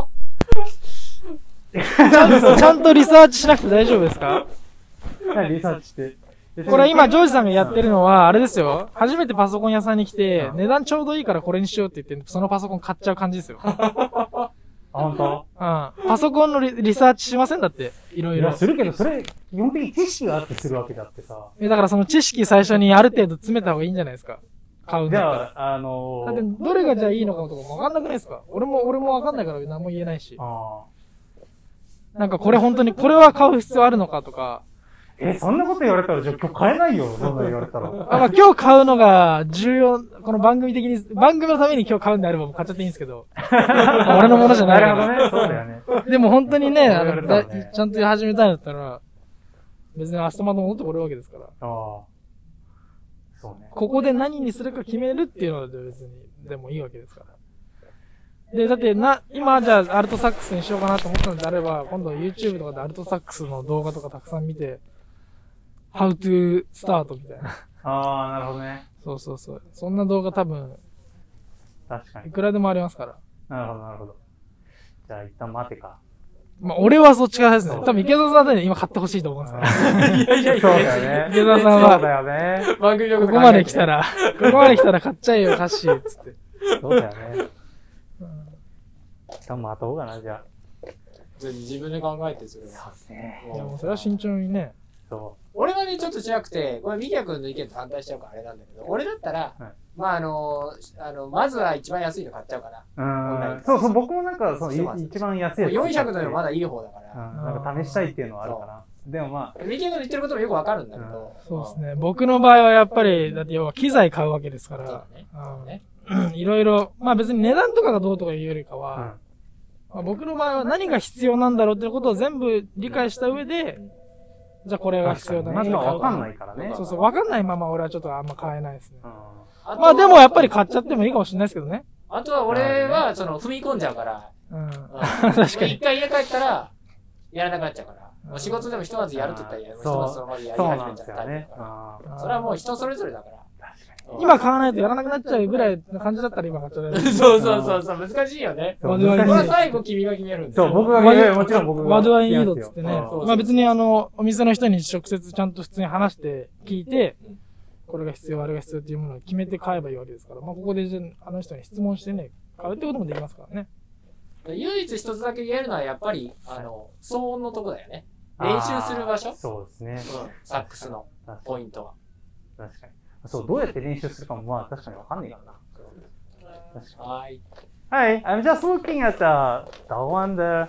Speaker 1: ちゃんと、ちゃんとリサーチしなくて大丈夫ですか？
Speaker 4: 何リサーチして。
Speaker 1: これ今、ジョージさんがやってるのは、あれですよ。初めてパソコン屋さんに来て、値段ちょうどいいからこれにしようって言って、そのパソコン買っちゃう感じですよ。
Speaker 4: あ、本当？
Speaker 1: うん。パソコンの リ, リサーチしませんだって、いろいろ。
Speaker 4: いや、するけど、それ、基本的に知識があってするわけだってさ。
Speaker 1: え、だからその知識最初にある程度詰めた方がいいんじゃないですか。買うんだったら。
Speaker 4: じゃあ、あのー、
Speaker 1: だって、どれがじゃあいいのかとかもわかんなくないですか？俺も、俺もわかんないから何も言えないし。
Speaker 4: あ
Speaker 1: なんかこれ本当に、これは買う必要あるのかとか。
Speaker 4: え、そんなこと言われたら、じゃあ今日買えないよ。そんな言われたら。あ、
Speaker 1: まあ今日買うのが重要、この番組的に、番組のために今日買うんであればもう買っちゃっていいんですけど。俺のものじゃないから。
Speaker 4: なるほどね。そうだよね。
Speaker 1: でも本当にね、あの、だちゃんと始めたいんだったら、別に明日まで戻ってこれるわけですから。ああ。
Speaker 4: そうね。
Speaker 1: ここで何にするか決めるっていうので別に、でもいいわけですから。で、だってな、今じゃあアルトサックスにしようかなと思ったのであれば、今度 YouTube とかでアルトサックスの動画とかたくさん見て、How to start みたいな。
Speaker 4: ああ、なるほどね。
Speaker 1: そうそうそう。そんな動画多分、
Speaker 4: 確かに。
Speaker 1: いくらでもありますから。
Speaker 4: なるほど、なるほど。じゃあ一旦待てか。
Speaker 1: まあ、俺はそっち側ですね。多分池澤さんで今買ってほしいと思うんですから。
Speaker 4: いやいやいや、そうだよね。
Speaker 1: 池澤さんは、
Speaker 4: そうだよね。
Speaker 3: 番組
Speaker 1: ここまで来たら、ここまで来たら買っちゃえよ、カッシー、つって。
Speaker 4: そうだよね。一旦待とうかな、じゃあ。
Speaker 3: 自分で考えてする。
Speaker 4: そうですね。
Speaker 1: いや、もうそれは慎重にね。
Speaker 4: そう。
Speaker 3: 俺はね、ちょっと違くて、これ、ミキヤ君の意見と反対しちゃうからあれなんだけど、俺だったら、はい、まああの、あの、まずは一番安いの買っちゃうか
Speaker 4: な。うん。そうそう、僕もなんか、その、一番安いやつ。
Speaker 3: よんひゃくのよまだいい方だから。
Speaker 4: うん。なんか試したいっていうのはあるかな。でもまあ。
Speaker 3: ミキヤ君の言ってることもよくわかるんだけど。
Speaker 1: そうですね。僕の場合はやっぱり、だって要は機材買うわけですから。そうだね。いろいろ、まあ別に値段とかがどうとかいうよりかは、まあ、僕の場合は何が必要なんだろうってことを全部理解した上で、じゃあこれが必要だなって買う。
Speaker 4: わかんないからね。
Speaker 1: そうそう、わかんないまま俺はちょっとあんま買えないですね。うん、まあでもやっぱり買っちゃってもいいかもしれないですけどね。
Speaker 3: あとは俺は、その、踏み込んじゃうから。
Speaker 1: うん。確かに。
Speaker 3: 一回家帰ったら、やらなくなっちゃうから。もう仕事でもひとまずやるって言ったら、ひとまずその場でやり始めちゃったタイプだから。それはもう人それぞれだから。
Speaker 1: 今買わないとやらなくなっちゃうぐらいの感じだったら今買っちゃう。
Speaker 3: そうそうそうそう、難しいよね。これは最後君が決めるんです
Speaker 4: よ。そう、僕が決める。もちろん僕が。
Speaker 1: ワードワインイードっつってね。まあ別にあの、お店の人に直接ちゃんと普通に話して聞いて、これが必要、あれが必要っていうものを決めて買えばいいわけですから。まあここであの人に質問してね、買うってこともできますからね。
Speaker 3: 唯一一つだけ言えるのはやっぱり、あの、騒音のとこだよね。練習する場所。
Speaker 4: そうですね。
Speaker 3: サックスのポイントは。
Speaker 4: 確かに。そう、どうやって練習するかもまあ確かにわかんないからな。
Speaker 3: 確かに。はい。
Speaker 4: Hi, I'm just looking at the, the one, the,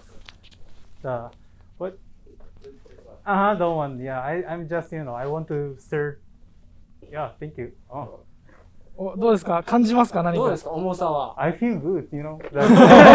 Speaker 4: the, what? Uh-huh, the one, yeah, I, I'm just, you know, I want to start Yeah, thank you. Oh.
Speaker 1: おどうですか？感じますか？何か。
Speaker 3: どうですか？重さは。
Speaker 4: I feel good, you know. I'm,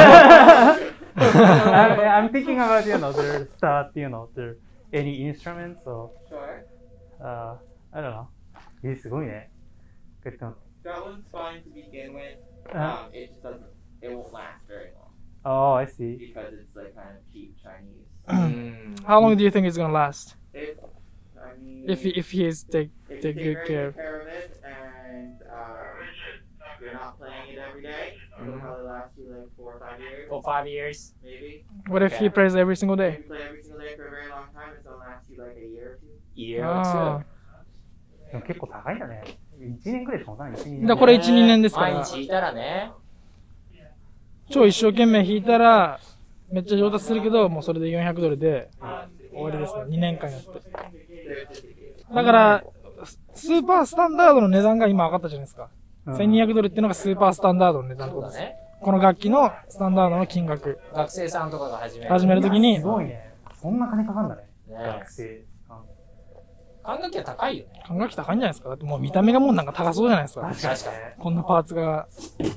Speaker 4: I'm thinking about, you know, their stuff, you know, their any instruments, so.
Speaker 5: Sure.
Speaker 4: Uh, I don't know. え、すごいね。Good to know.
Speaker 5: That one's fine to begin with.
Speaker 4: Uh,
Speaker 5: Um, it just doesn't, it won't last very long
Speaker 4: oh, I see.
Speaker 5: because it's like kind of cheap Chinese.
Speaker 1: How long do you think it's gonna last?
Speaker 5: If, I mean,
Speaker 1: If he, if he is take
Speaker 5: if
Speaker 1: take
Speaker 5: you
Speaker 1: good
Speaker 5: take
Speaker 1: care.
Speaker 5: very good care of it and um, you're not playing it every day, it'll probably last you like four or five years,
Speaker 3: For five years?
Speaker 5: maybe.
Speaker 1: What if he plays every single
Speaker 5: If
Speaker 1: day?
Speaker 5: you play every single day for a very long time, it's gonna last you like a year or two.
Speaker 3: Year
Speaker 1: あ
Speaker 3: or
Speaker 4: でも結構高いんだね。いちねんくらいしか持たない。いち、にねん。
Speaker 1: だからこれいち、にねんですから
Speaker 3: 毎日いたらね。
Speaker 1: 超一生懸命弾いたらめっちゃ上達するけど、もうそれでよんひゃくドルで終わりですね。にねんかんやって。だからスーパースタンダードの値段が今上がったじゃないですか。せんにひゃくドルっていうのがスーパースタンダードの値段ってことです。
Speaker 3: そうだね。
Speaker 1: この楽器のスタンダードの金額
Speaker 3: 学生さんとかが始める。
Speaker 1: 始めるときに
Speaker 4: すごいね。そんな金かかんだね。
Speaker 3: ね
Speaker 4: 学生。
Speaker 3: 管楽器は高いよね。
Speaker 1: 管楽器高いんじゃないですか。だってもう見た目がもうなんか高そうじゃないですか。
Speaker 4: 確かに
Speaker 3: 確かに。
Speaker 1: こんなパーツが。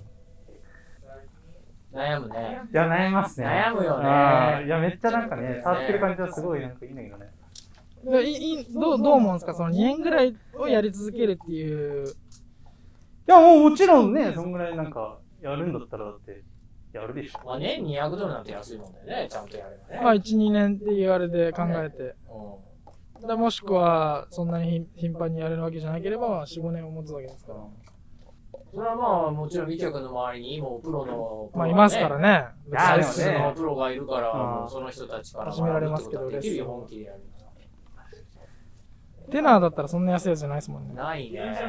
Speaker 3: 悩むね。
Speaker 4: いや、悩みますね。
Speaker 3: 悩むよね
Speaker 4: あーいや、めっちゃなんかね、触ってる感じはすごいなんかいいんだけどね。
Speaker 1: でいいどうどう思うんですか？そのにねんぐらいをやり続けるっていう。
Speaker 4: いや、もうもちろんね、そんぐらいなんか、やるんだったらだって、やるでしょ。
Speaker 3: まあね、にひゃくドルなんて安いもんだよね。ちゃんとやればね。
Speaker 1: まあいち、にねんっていうあれで考えて。
Speaker 3: う
Speaker 1: でもしくはそんなに頻繁にやれるわけじゃなければよん、ごねんを持つわけですから。
Speaker 3: ん。それはまあ、もちろん、美脚の周りにもプロの、
Speaker 1: まあいますからね。
Speaker 4: いや
Speaker 3: レッ
Speaker 4: でもね
Speaker 3: スンのプロがいるから、
Speaker 4: うん
Speaker 3: もうその人たちから
Speaker 1: 始められますけど
Speaker 3: 学ぶってことはできるよ、
Speaker 1: レッスン
Speaker 3: 本気でやる。
Speaker 1: テナーだったらそんな安いやつじゃないですもんね。
Speaker 3: ないね。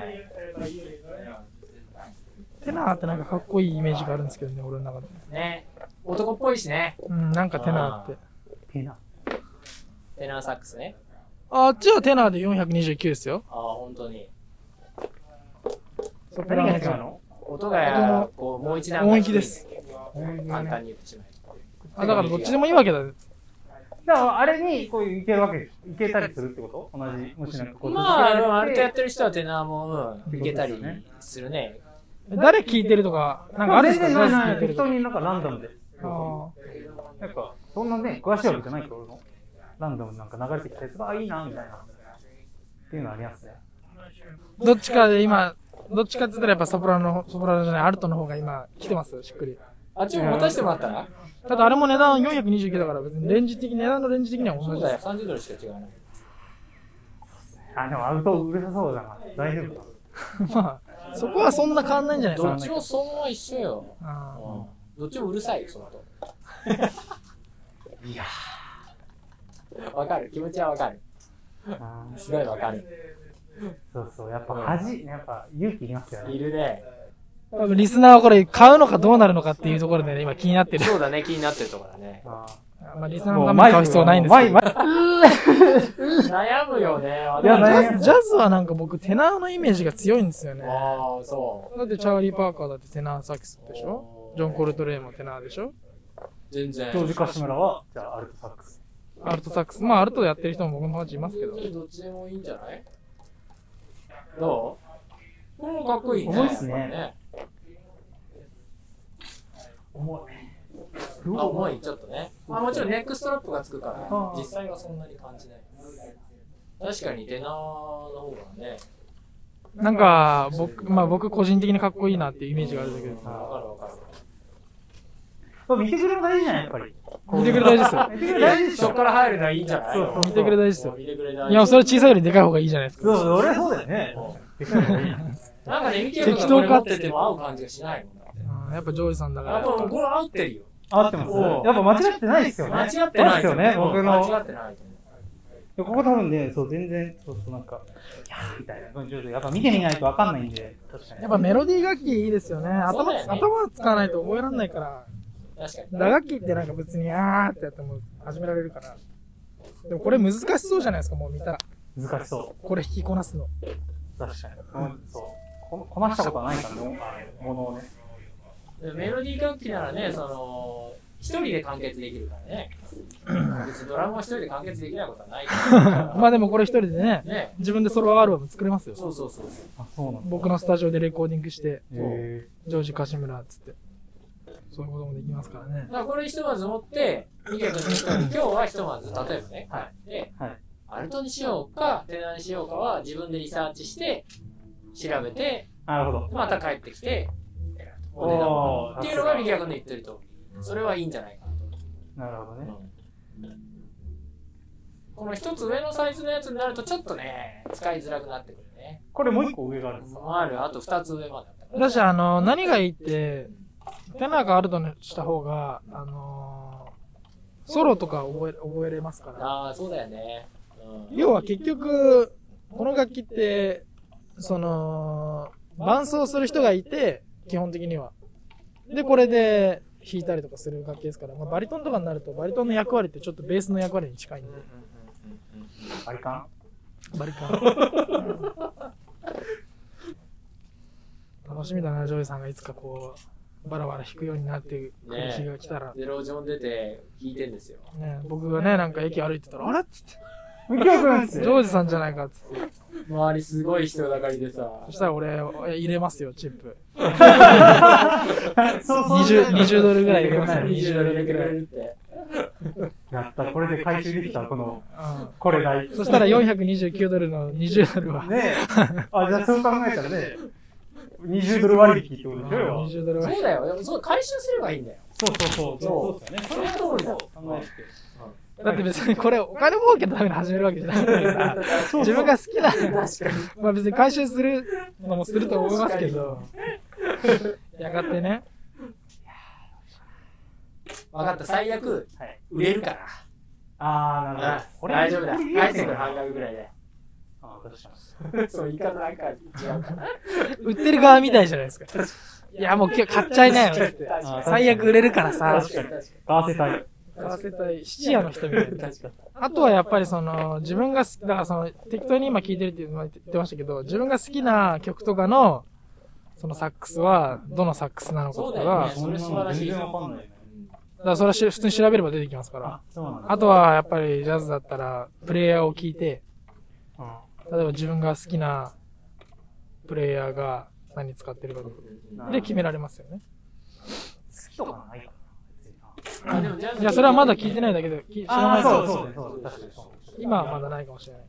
Speaker 1: テナーってなんかかっこいいイメージがあるんですけどね、俺の中で。
Speaker 3: ね。男っぽいしね。
Speaker 1: うん、なんかテナーって。
Speaker 4: ピーナ。
Speaker 3: テナーサックスね。
Speaker 1: あっちはテナーでよんひゃくにじゅうきゅうですよ。
Speaker 3: ああ、本当に。
Speaker 1: ソプラノ
Speaker 4: 何が違うの？
Speaker 3: 音が、こう、もう一段階
Speaker 1: 音域です。
Speaker 3: 簡単に言ってしまえば。
Speaker 1: あ、だからどっちでもいいわけだ。
Speaker 4: だからあれにこういけるわけでしょ。いけたりするってこと？同じ、もしなんかこう
Speaker 3: まあ、
Speaker 4: 続けられて
Speaker 3: ある程度やってる人はテナーも、うん、いけたりするね。
Speaker 1: 誰聞いてるとか、なんかあるんですか？
Speaker 4: 全
Speaker 1: ジャズ
Speaker 4: 然ないない。
Speaker 1: 聞いてるとか。
Speaker 4: 適当になんかランダムで。
Speaker 1: あ
Speaker 4: なんか、そんなね、詳しいわけじゃないけど、俺も。ランダムなんか流れてきたやつが、あ、いいな、みたいな。っていうのありますね。
Speaker 1: ーどっちかで今、どっちかって言ったらやっぱソプラノ、ソプラノじゃない、アルトの方が今来てますしっくり。
Speaker 3: あっちも持たせてもらったら
Speaker 1: ただあれも値段よんひゃくにじゅうきゅうだから別にレンジ的、値段のレンジ的には同じです。
Speaker 3: そうだよ、さんじゅうドルしか違わない。
Speaker 4: あ、でもアウトうるさそうだな。大丈夫か。
Speaker 1: まあ、そこはそんな変わんないんじゃないですか。
Speaker 3: どっちも騒音は一緒よ。
Speaker 1: あ
Speaker 3: うんどっちもうるさいよ、そのと。
Speaker 4: いや
Speaker 3: わかる、気持ちはわかる。
Speaker 4: あー
Speaker 3: すごいわかる。
Speaker 4: そうそう、やっぱ恥、やっぱ勇気いりますよね。
Speaker 3: いるね。
Speaker 1: 多分リスナーはこれ買うのかどうなるのかっていうところでね、今気になってる。
Speaker 3: そうだね、気になってるところだね。
Speaker 4: あ
Speaker 1: まあリス
Speaker 4: ー
Speaker 1: ナーのために買う必要はないんですけど。
Speaker 4: マイク
Speaker 3: 悩むよね。
Speaker 1: いや、
Speaker 4: いや
Speaker 1: ジ
Speaker 4: 悩む
Speaker 1: ャズジャズはなんか僕テナーのイメージが強いんですよね。
Speaker 3: ああ、そ
Speaker 1: だってチャーリー・パーカーだってテナーサックスでしょ。ジョン・コルトレーンもテナーでしょ。
Speaker 3: う。全然。
Speaker 4: ジョージ・カシムラは、じゃあアルトサックス。
Speaker 1: アルトサックス。まあアルトでやってる人も僕の友達いますけど。
Speaker 3: どっちでもいいんじゃないどうこれもかっこいいね。
Speaker 4: 重いっすね重い。
Speaker 3: あ、重い、ちょっとね。まあもちろんネックストラップがつくから
Speaker 4: あ、ー
Speaker 3: 実際はそんなに感じない。確かにテナーの方がね、
Speaker 1: なんか僕、まあ僕個人的にかっこいいなっていうイメージがあるんだけど
Speaker 3: わ
Speaker 1: さ。
Speaker 3: かるわかる。
Speaker 4: まあ見てくれるの大事じゃないやっぱり。
Speaker 1: 見てくれ大事ですよ。
Speaker 4: 見てくれ大事でしょ。
Speaker 3: そっから入るのはいいんじゃない
Speaker 4: そうそう
Speaker 1: 見てくれ大事ですよ。
Speaker 3: 見てくれ大事
Speaker 1: いや、それ小さいよりでかい方がいいじゃないですか。
Speaker 4: そう、俺はそうだよね。でかい方がいい。
Speaker 3: なんかね、ミキヤ君がこれ持ってても合う感じがしないもんだって。
Speaker 1: うんやっぱジョージさんだから。
Speaker 3: やっぱもうこれ合ってるよ。
Speaker 4: 合ってます。やっぱ間違ってないですよね。
Speaker 3: 間違ってない
Speaker 4: ですよね、僕の。
Speaker 3: 間違ってないと思う。
Speaker 4: ここ多分ね、そう、全然、そうそう、なんか、いやーみたいな感じで、やっぱ見てみないとわかんないんで、確かに。
Speaker 1: やっぱメロディー楽器いいですよね。頭、
Speaker 3: そうだよね
Speaker 1: 頭使わないと覚えられないから。
Speaker 3: 確かに。
Speaker 1: 打楽器ってなんか別にあーってやっても始められるから。でもこれ難しそうじゃないですか、もう見たら。
Speaker 4: 難しそ
Speaker 1: これ弾きこなすの。
Speaker 4: う。確かに。うん、そう。ここなしたことはないからね、あのものをね。
Speaker 3: でメロディー楽器ならね、その、 一人で完結できるからね。別にドラムは一人で完結できないことはないから。
Speaker 1: まあでもこれ一人でね、
Speaker 3: ね、
Speaker 1: 自分でソロアルバム作れますよ。
Speaker 3: そうそうそう。
Speaker 4: あ、そうなんだ。
Speaker 1: 僕のスタジオでレコーディングして、
Speaker 4: へ
Speaker 1: ジョージ・カシムラっつって。そういうこともできますからね。
Speaker 3: だからこれひとまず持って、ミキヤ君の人に今日はひとまず、例えばね、はい。で、はい、アルトにしようか、テナーにしようかは自分でリサーチして、調べて、
Speaker 4: なるほど。
Speaker 3: また帰ってきて、お値段をっていうのがミキヤ君の言ってると、それはいいんじゃないかなと。
Speaker 4: なるほどね。
Speaker 3: うん、この一つ上のサイズのやつになるとちょっとね、使いづらくなってくるね。
Speaker 4: これもう一個上があるんですか？
Speaker 3: ある、あと二つ上まであったから。
Speaker 1: だし、あの、何がいいって、テナーかアルトにした方が、あのー、ソロとか覚え、覚えれますから。
Speaker 3: ああ、そうだよね。
Speaker 1: うん、要は結局、この楽器って、その、伴奏する人がいて、基本的には。で、これで弾いたりとかする楽器ですから、まあ、バリトンとかになると、バリトンの役割ってちょっとベースの役割に近いんで。
Speaker 4: バリカン
Speaker 1: バリカン。楽しみだな、ジョイさんがいつかこう、バラバラ弾くようになってくる日が来たら。
Speaker 3: ゼロジョン出て弾いてんですよ。
Speaker 1: ね、僕がね、なんか駅歩いてたら、あれっつって。
Speaker 4: ミキヤ君っつって。
Speaker 1: ジョージさんじゃないかっつって。
Speaker 3: 周りすごい人だかりでさ。
Speaker 1: そしたら俺、入れますよ、チップ。にじゅう、にじゅうドルぐらい入れますよ。
Speaker 3: にじゅうドルぐらいって。
Speaker 4: やった、これで回収できた、この、これ代。
Speaker 1: そしたらよんひゃくにじゅうきゅうドルのにじゅうドルは。
Speaker 4: ねえ。あ、じゃあそう考えたらね、にじゅうドル割引ってことでしょよ。
Speaker 1: にじゅうドル割
Speaker 3: 引。そうだよ。そう、回収すればいいんだよ。
Speaker 4: そうそうそう。そうですよね。
Speaker 3: その通りだ。
Speaker 1: 考えて。だって別にこれお金儲けのために始めるわけじゃないから自分が好きなまあ別に回収するのもすると思いますけどやがてね
Speaker 3: 分かった最悪売れるから
Speaker 4: あーなるほど
Speaker 3: 大丈夫だ返してくる半額ぐらいで
Speaker 4: ああ確かに
Speaker 3: そう言い方なんか違うかな
Speaker 1: 売ってる側みたいじゃないですかいやもう今日買っちゃいなよって最悪売れるからさ
Speaker 4: 確かに買わせたい
Speaker 1: 買わせたい質屋の人みたいな。あとはやっぱりその、自分が好き、だからその、適当に今聴いてるっていうのは言ってましたけど、自分が好きな曲とかの、そのサックスは、どのサックスなのかとかが、
Speaker 3: それ素晴らしい。
Speaker 4: 全然わかんない。
Speaker 1: だからそれは普通に調べれば出てきますから。あとはやっぱりジャズだったら、プレイヤーを聴いて、例えば自分が好きなプレイヤーが何使ってるかとか、で決められますよね。
Speaker 4: 好きとかないか
Speaker 3: あでも
Speaker 1: いや、それはまだ聞いてないだけで、知らない
Speaker 4: そうそうそう
Speaker 1: 今はまだないかもしれない。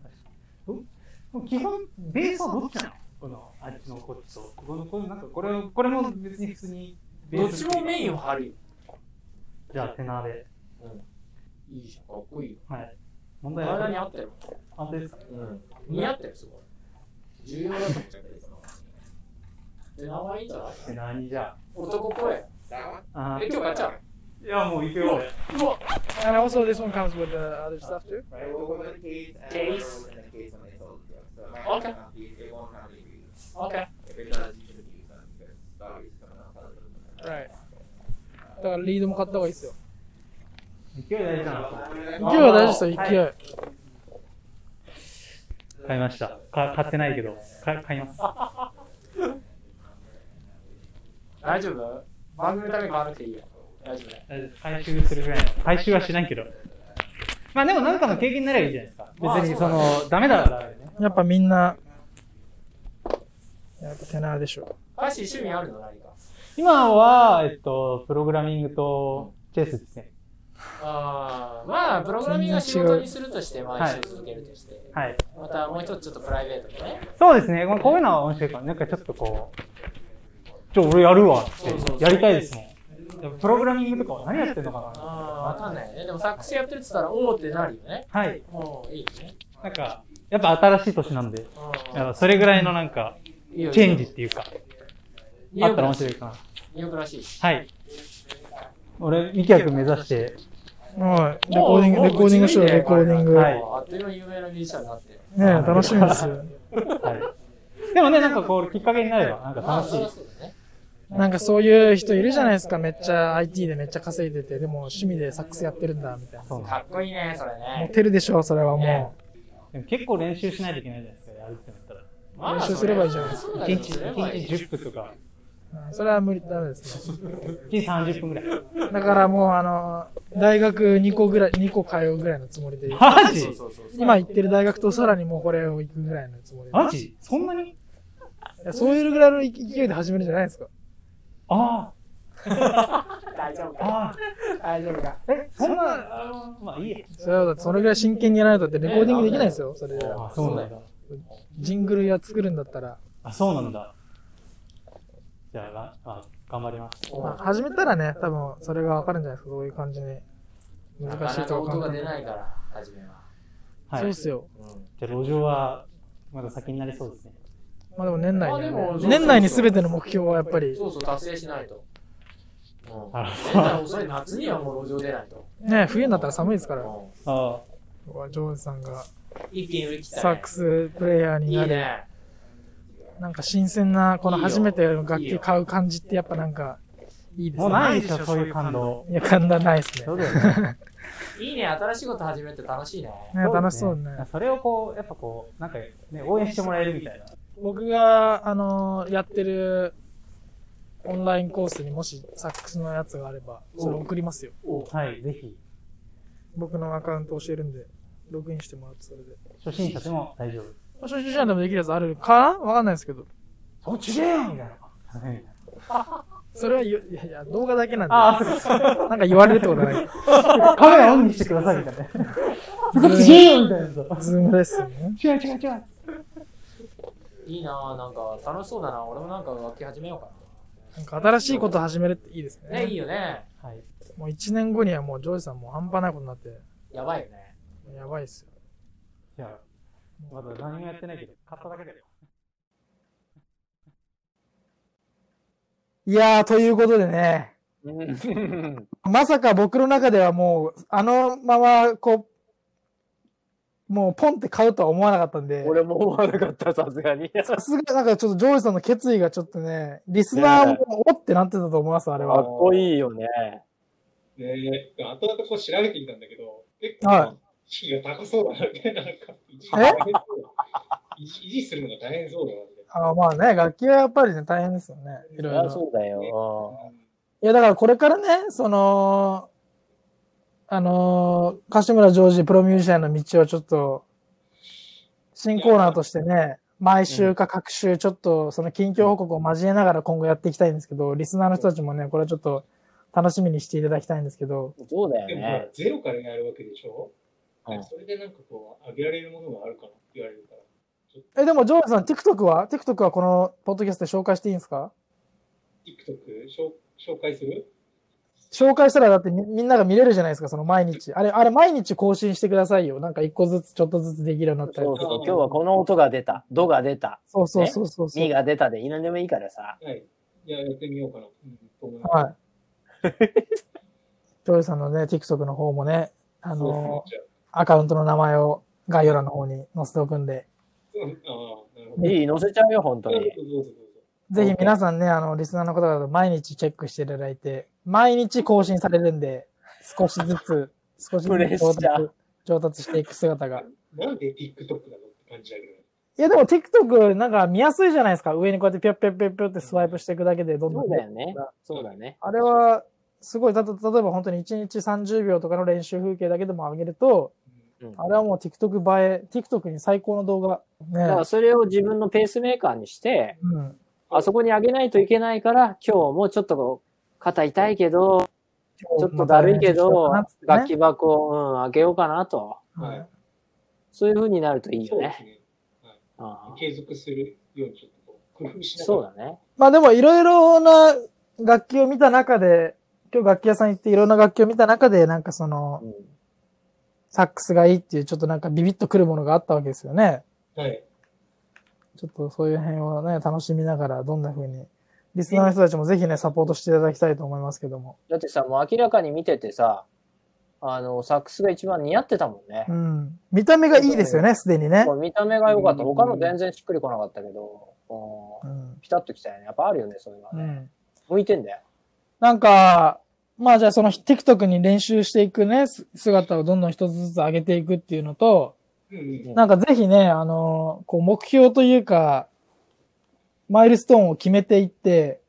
Speaker 4: 基本、ベースはどっちなのこの、あっちのこっちと。この、この、なんか、これ、これも別に普通に
Speaker 3: どっちもメインを張るよ。
Speaker 4: じゃあ、テナーで。
Speaker 3: うん。いいじゃん。かっこいいよ。
Speaker 4: はい。問題は。
Speaker 3: 体に合ってる。
Speaker 4: 安定ですか
Speaker 3: うん。似合ってる、すごい。重要だと思っちゃうけど。テナーはいいんじゃない
Speaker 4: テナーにじゃあ。
Speaker 3: 男っぽい。
Speaker 4: あ
Speaker 3: え、今日買っちゃう
Speaker 4: いや、もう行くよ。
Speaker 1: And also this one comes with the other stuff too?
Speaker 5: Right, we'll open the case and
Speaker 3: Case.
Speaker 5: we'll open the case when it's sold. So it might
Speaker 3: Okay.
Speaker 5: not be, it won't have any reviews.
Speaker 3: Okay.
Speaker 5: If it does, you should use them because batteries coming out.
Speaker 1: Right. だからリードも買った方がいいですよ。
Speaker 4: 勢い大事なの。
Speaker 1: 勢いは大事ですよ、勢い。
Speaker 4: 買いました。か買ってないけど、か買います。
Speaker 3: 大丈夫番組のために買わなくていいよ。大丈夫だよ。
Speaker 4: 回収するぐらいの。回収はしないけど。まあでもなんかの経験になればいいじゃないですか。別にその、ダメだからね。
Speaker 1: やっぱみんな、やっぱテナーでしょ。
Speaker 3: カシ趣味あるの何か
Speaker 4: 今は、えっと、プログラミングとチェスですね。
Speaker 3: ああ、まあ、プログラミングを仕事にするとして、まあ一緒に続けるとして。
Speaker 4: はい。
Speaker 3: またもう一つちょっとプライベートでね。
Speaker 4: そうですね。こういうのは面白いから、なんかちょっとこう、ちょ、俺やるわって、やりたいですもん。プログラミングとかは何やってんのかな
Speaker 3: ああ、わかんないね。でもサックスやってるって言ったら、おーってなるよね。
Speaker 4: はい。
Speaker 3: もういいね。
Speaker 4: なんか、やっぱ新しい年なんで、それぐらいのなんか、チェンジっていうか、あったら面白いかな。
Speaker 3: ニューヨークらしい。
Speaker 4: はい。俺、ミキヤ君目指して、
Speaker 1: はい。レコーディング、レコーディングしよう、レコーディング。
Speaker 3: はい。あっという間に有名なミュージシャンになって。ね
Speaker 1: え、楽しみですよ。
Speaker 4: はい。でもね、なんかこう、きっかけになれば、なんか楽しい。
Speaker 1: なんかそういう人いるじゃないですか。めっちゃ アイティー でめっちゃ稼いでて、でも趣味でサックスやってるんだ、みたいな。
Speaker 3: かっこいいね、それね。
Speaker 1: モテるでしょ、それはも
Speaker 4: う。でも結構練習しないといけないじゃないですか、やるってなったら。
Speaker 1: 練習すればいいじゃないですか。
Speaker 4: いちにちじゅっぷんとか。
Speaker 1: それは無理、ダメですね。
Speaker 4: いちにちさんじゅっぷんぐらい。
Speaker 1: だからもうあの、大学にこぐらい、にこ通うぐらいのつもりで。
Speaker 4: マジ
Speaker 1: 今行ってる大学とさらにもうこれを行くぐらいのつもりで。
Speaker 4: マジそんなに
Speaker 1: いやそういうぐらいの勢いで始めるんじゃないですか。
Speaker 4: あ
Speaker 3: 大丈夫か。
Speaker 4: あ。あ
Speaker 3: 大丈夫か。
Speaker 4: あ。え、そんな、あの、まあいいや。
Speaker 1: それはだってそれぐらい真剣にやらないとだってレコーディングできないですよ、それで。
Speaker 4: あ、そうなんだ。
Speaker 1: ジングルや作るんだったら。
Speaker 4: あ、そうなんだ。じゃあ、あ、頑張ります。
Speaker 1: まあ、始めたらね、多分それがわかるんじゃないですか、どういう感じに。難しいとか
Speaker 3: 音が出ないから、初めは。
Speaker 4: はい。
Speaker 1: そうっすよ。
Speaker 4: じゃあ、路上は、まだ先になりそうですね。
Speaker 1: まあでも年内にはね、
Speaker 3: まあでも
Speaker 1: 年内に全ての目標はやっぱり、
Speaker 3: そうそう、達成しないと。うん。
Speaker 4: なる
Speaker 3: 年内遅い夏にはもう路上出ないと。
Speaker 1: ね、冬になったら寒いですから。
Speaker 3: う
Speaker 4: あ
Speaker 1: ジョージさんが
Speaker 3: ん。一気に売り切ったね。
Speaker 1: サックスプレイヤーになる。
Speaker 3: いいね。
Speaker 1: なんか新鮮な、この初めての楽器買う感じってやっぱなんか、いいですね。
Speaker 4: もうないでしょ、そういう感動。
Speaker 1: いや、感動ないですね。
Speaker 4: そうだよね。
Speaker 3: いいね、新しいこと始めて楽しいね。
Speaker 1: ね、楽しそうね。
Speaker 4: それをこう、やっぱこう、なんかね、応援してもらえるみたいな。
Speaker 1: 僕が、あのーやってるオンラインコースにもしサックスのやつがあれば、それ送りますよ。
Speaker 4: はい、ぜひ。
Speaker 1: 僕のアカウント教えるんで、ログインしてもらってそれで。
Speaker 4: 初心者でも大丈夫。
Speaker 1: 初心者でもできるやつあるかなわかんないですけど。
Speaker 4: そっちでーみたいな。
Speaker 1: それは言う、いやいや、動画だけなんで。
Speaker 4: ああ、そうそう。
Speaker 1: なんか言われるってことはない。
Speaker 4: カメラオンにしてくださいみたいな。そっちでーみたいなさ。
Speaker 1: ズームですよね。
Speaker 4: 違う違う違う。
Speaker 3: いいなぁ、なんか楽しそうだな。俺もなんか楽器始めようか
Speaker 1: なんか新しいこと始めるっていいです
Speaker 3: な。ね、いい
Speaker 1: ね。
Speaker 3: よね。
Speaker 4: はい。
Speaker 1: もう一年後にはもうジョージさんもう半端ないことになって、
Speaker 3: やばいよね。
Speaker 1: やばいっすよ。
Speaker 4: じゃあ、まだ何もやってないけど、買っただけだよ。
Speaker 1: いやー、ということでね、
Speaker 3: うん。
Speaker 1: まさか僕の中ではもう、あのまま、こう、もうポンって買うとは思わなかったんで、
Speaker 3: 俺も思わなかった、さすがに。か
Speaker 1: さすがなんかちょっとジョージさんの決意がちょっとね、リスナーもおってなってたと思います、あれ
Speaker 3: っ
Speaker 1: は。
Speaker 3: こいいよね。
Speaker 2: ねえ、後々こう調べてみたんだけど、結
Speaker 1: はい
Speaker 2: 構、意識が高そうだな、みたいな。なんか維持
Speaker 1: え
Speaker 2: 維持維持するのが大変そうだな、みたい
Speaker 1: あまあね、楽器はやっぱりね、大変ですよね。いろい
Speaker 3: いや、
Speaker 1: ろ。
Speaker 3: そうだよ。
Speaker 1: いや、だからこれからね、その、あのー、柏村ジョージプロミュージシャンの道をちょっと、新コーナーとしてね、毎週か各週ちょっとその近況報告を交えながら今後やっていきたいんですけど、リスナーの人たちもね、これはちょっと楽しみにしていただきたいんですけど、
Speaker 3: そうだよ
Speaker 2: な。でもほら
Speaker 3: ね。
Speaker 2: ゼロからやるわけでしょ、
Speaker 3: うん
Speaker 2: それでなんかこう、上げられるものがあるかなって言われるから。
Speaker 1: え、でもジョージさん、TikTok は ?TikTok はこのポッドキャストで紹介していいんですか？
Speaker 2: TikTok 紹紹介する
Speaker 1: 紹介したらだってみみんなが見れるじゃないですか、その毎日。あれ、あれ毎日更新してくださいよ。なんか一個ずつちょっとずつできるようになったり
Speaker 3: そうそう。今日はこの音が出た。ドが出た。
Speaker 1: そうそうそうそうそう。
Speaker 3: ミが出たで、何でもいいからさ。
Speaker 2: はい。いや、やってみようかな。うん、と思います。
Speaker 1: はい。ジョージさんのね、TikTok の方もね、あ
Speaker 2: そう
Speaker 1: の
Speaker 2: じゃ
Speaker 1: アカウントの名前を概要欄の方に載せておくんで、
Speaker 2: あうん、ああ、なるほど。
Speaker 3: いい、載せちゃうよ、本当
Speaker 2: どうぞ
Speaker 3: に。
Speaker 2: どうぞどうぞ。
Speaker 1: ぜひ皆さんね、あの、リスナーの方々毎日チェックしていただいて、毎日更新されるんで、少しずつ、少しず
Speaker 3: プレッ
Speaker 1: つ
Speaker 3: シャー
Speaker 1: 上達、上達していく姿が。
Speaker 2: なんで TikTok なのって感じだけど。
Speaker 1: いやでも TikTok なんか見やすいじゃないですか。上にこうやってピョッピョッピョッピョってスワイプしていくだけでどんどん。
Speaker 3: そうだよね。そうだね。
Speaker 1: あれは、すごい、たと例えば本当にいちにちさんじゅうびょうとかの練習風景だけでも上げると、
Speaker 3: うん
Speaker 1: あれはもう TikTok 映え、TikTok に最高の動画。ね
Speaker 3: だからそれを自分のペースメーカーにして、
Speaker 1: うん。
Speaker 3: あそこに上げないといけないから、今日もちょっとこう肩痛いけど、ちょっとだるいけど、楽器箱を、うん、開けようかなと。
Speaker 1: はい。
Speaker 3: そういう風になるといいよね。
Speaker 2: そうですね。
Speaker 3: ああ
Speaker 2: 継続するようにちょっとこう工夫しながら。
Speaker 3: そうだね。
Speaker 1: まあでもいろいろな楽器を見た中で、今日楽器屋さん行っていろんな楽器を見た中で、なんかその、
Speaker 3: うん
Speaker 1: サックスがいいっていうちょっとなんかビビッとくるものがあったわけですよね。
Speaker 2: はい。
Speaker 1: ちょっとそういう辺をね、楽しみながらどんな風に、リスナーの人たちもぜひね、サポートしていただきたいと思いますけども。
Speaker 3: だってさ、もう明らかに見ててさ、あの、サックスが一番似合ってたもんね
Speaker 1: う。ん。見た目がいいですよね、すでにね。
Speaker 3: これ見た目が良かった。他の全然しっくりこなかったけど、う
Speaker 1: うんん。
Speaker 3: ピタッときたよね。やっぱあるよね、そういうのはね。
Speaker 1: うん。
Speaker 3: 向いてんだよ。
Speaker 1: なんか、まあじゃあその TikTok に練習していくね、す姿をどんどん一つずつ上げていくっていうのと、
Speaker 2: うんうん。
Speaker 1: なんかぜひね、あの、こう目標というか、マイルストーンを決めていって、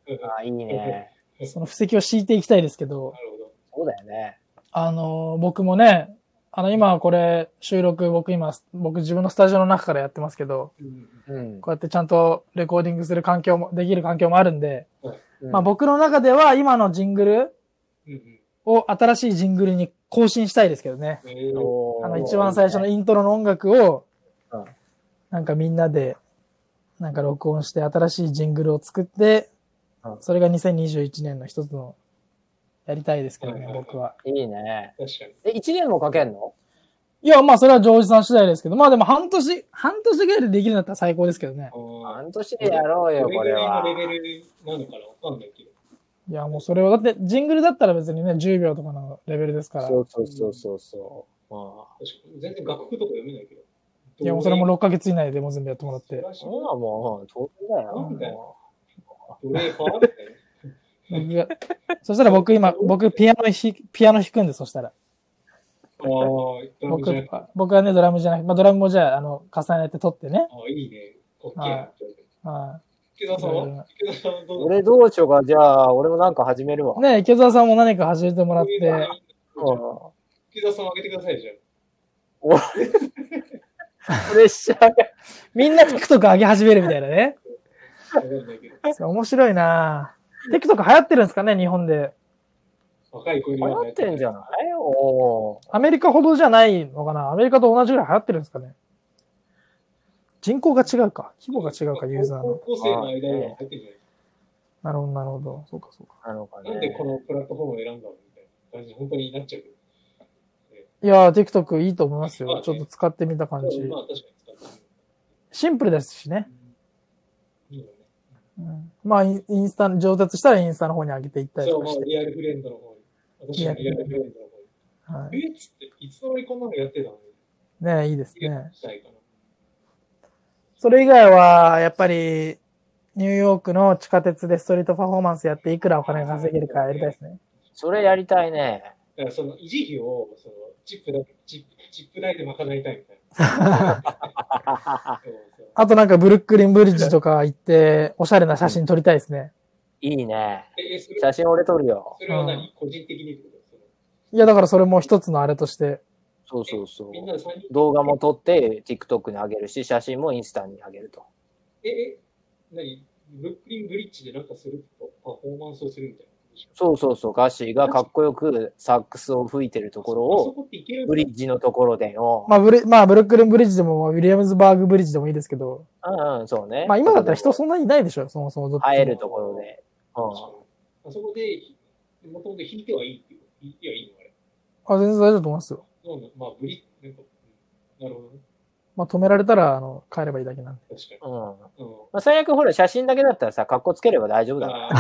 Speaker 3: あ、いいね。
Speaker 1: その布石を敷いていきたいですけど。
Speaker 2: なるほど。
Speaker 3: そうだよね。
Speaker 1: あのー、僕もね、あの、今これ、収録、僕今、僕自分のスタジオの中からやってますけど、
Speaker 3: うん。
Speaker 1: こうやってちゃんとレコーディングする環境も、できる環境もあるんで、
Speaker 3: うん、
Speaker 1: まあ僕の中では今のジングルを新しいジングルに更新したいですけどね。あの一番最初のイントロの音楽を、なんかみんなで、なんか録音して新しいジングルを作って、それがにせんにじゅういちねんの一つのやりたいですけどね、僕は。
Speaker 3: いいね。確かに。え、いちねんもかけんの？
Speaker 1: いや、まあそれはジョージさん次第ですけど、まあでも半年、半年ぐらいでできるんだったら最高ですけどね。
Speaker 3: 半年でやろうよ、これは。
Speaker 2: どれぐらいのレベルなのかなわかんないけど。
Speaker 1: いや、もうそれは、だってジングルだったら別にね、じゅうびょうとかのレベルですから。
Speaker 3: そうそうそうそうそう。
Speaker 2: ああ、確かに。全然楽譜とか読めないけど。
Speaker 1: いや、もうそれもろっかげつ以内でもう全部やってもらって。
Speaker 3: そうはもう、当然だよ。
Speaker 2: みたいな。ドレーパーみたいな。
Speaker 1: そしたら僕今、僕ピアノ弾、ピアノ弾くんで、そしたら。
Speaker 2: ああ、僕
Speaker 1: は、僕はね、ドラムじゃなくて、まあドラムもじゃあ、あの、重ねて取ってね。
Speaker 2: ああ、いいね。かっけえ。
Speaker 1: はい。
Speaker 2: 池田さんは池田さんはどう
Speaker 3: 俺どうしようか。じゃあ、俺もなんか始めるわ。
Speaker 1: ね池澤さんも何か始めてもらって。
Speaker 2: 池田さんあげてください、じゃ
Speaker 3: あ。プレッシャーが。
Speaker 1: みんな TikTok 上げ始めるみたいなね。面白いなぁ。TikTok 流行ってるんですかね、日本で。
Speaker 2: 若い子に
Speaker 3: 流行ってんじゃないお
Speaker 1: アメリカほどじゃないのかな。アメリカと同じぐらい流行ってるんですかね。人口が違うか。規模が違うか、ユーザーの。
Speaker 2: 高校生の間には入ってるじゃないですか。
Speaker 1: なるほど、なるほど。そうか、そうか。
Speaker 3: なのかね。
Speaker 2: なんでこのプラットフォームを選んだのみたいな感じ、本当になっちゃう。
Speaker 1: いやー、TikTok いいと思いますよ。ちょっと使ってみた感じ。
Speaker 2: まあ、確かに使ってみる。
Speaker 1: シンプルですしね。
Speaker 2: いいよね。
Speaker 1: うん、まあ、インスタ、上達したらインスタの方に上げていったりとかして。
Speaker 2: そう、リアルフレンドの方に。私はリアルフレンドの方に。はい、えっつって、いつの間にこんなのやってたの
Speaker 1: ねえ、いいですね。
Speaker 2: したいかな。
Speaker 1: それ以外は、やっぱり、ニューヨークの地下鉄でストリートパフォーマンスやっていくらお金が稼げるかやりたいですね。
Speaker 3: それやりたいね。
Speaker 2: だからその維持費を、その、チップだけ、チップ、チップ代で賄いたいみたいな。
Speaker 1: あとなんかブルックリンブリッジとか行って、おしゃれな写真撮りたいですね。
Speaker 3: いいね。写真俺撮るよ。
Speaker 2: それは何、うん、個人的にってことですか？
Speaker 1: いや、だからそれも一つのあれとして。
Speaker 3: そうそうそう。みんなでさんにん動画も撮って TikTok に上げるし、写真もインスタに上げると。
Speaker 2: え、え、何ブルックリンブリッジでなんかするとパフォーマンスをするみたいな。
Speaker 3: そうそうそう。ガッシーがかっこよくサックスを吹いてるところを、ブリッジのところでの。
Speaker 1: まあブリ、まあブルックリンブリッジでも、ウィリアムズバーグブリッジでもいいですけど。
Speaker 3: うんうん、そうね。
Speaker 1: まあ今だったら人そんなにいないでしょ、そもそもどっちも。
Speaker 3: 会えるところで。
Speaker 2: うん。あそこで、もともと弾いてはいいっていう。弾いてはいいのあれ。
Speaker 1: あ、全然大丈夫と思いますよ。
Speaker 2: そうなまあブリッ、なんか、なるほどね。
Speaker 1: まあ止められたら、あの、帰ればいいだけなんで。
Speaker 2: 確かに。うん。うん、
Speaker 3: まあ最悪ほら、写真だけだったらさ、格好つければ大丈夫だから。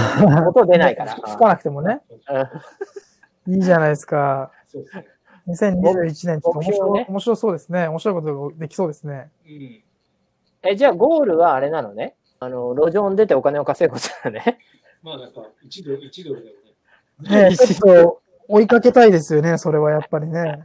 Speaker 3: 音出ないから。
Speaker 1: 吹かなくてもね。いいじゃないですか。
Speaker 2: そうですね。
Speaker 1: にせんにじゅういちねんちょっと面白い、ね、面白そうですね。面白いことができそうですね。
Speaker 2: うん。
Speaker 3: え、じゃあゴールはあれなのね。あの、路上に出てお金を稼ぐことだね。
Speaker 2: まあなんか、一ドル、一ドルだよ
Speaker 1: ね。ねえ、ちょっと追いかけたいですよね、それはやっぱりね。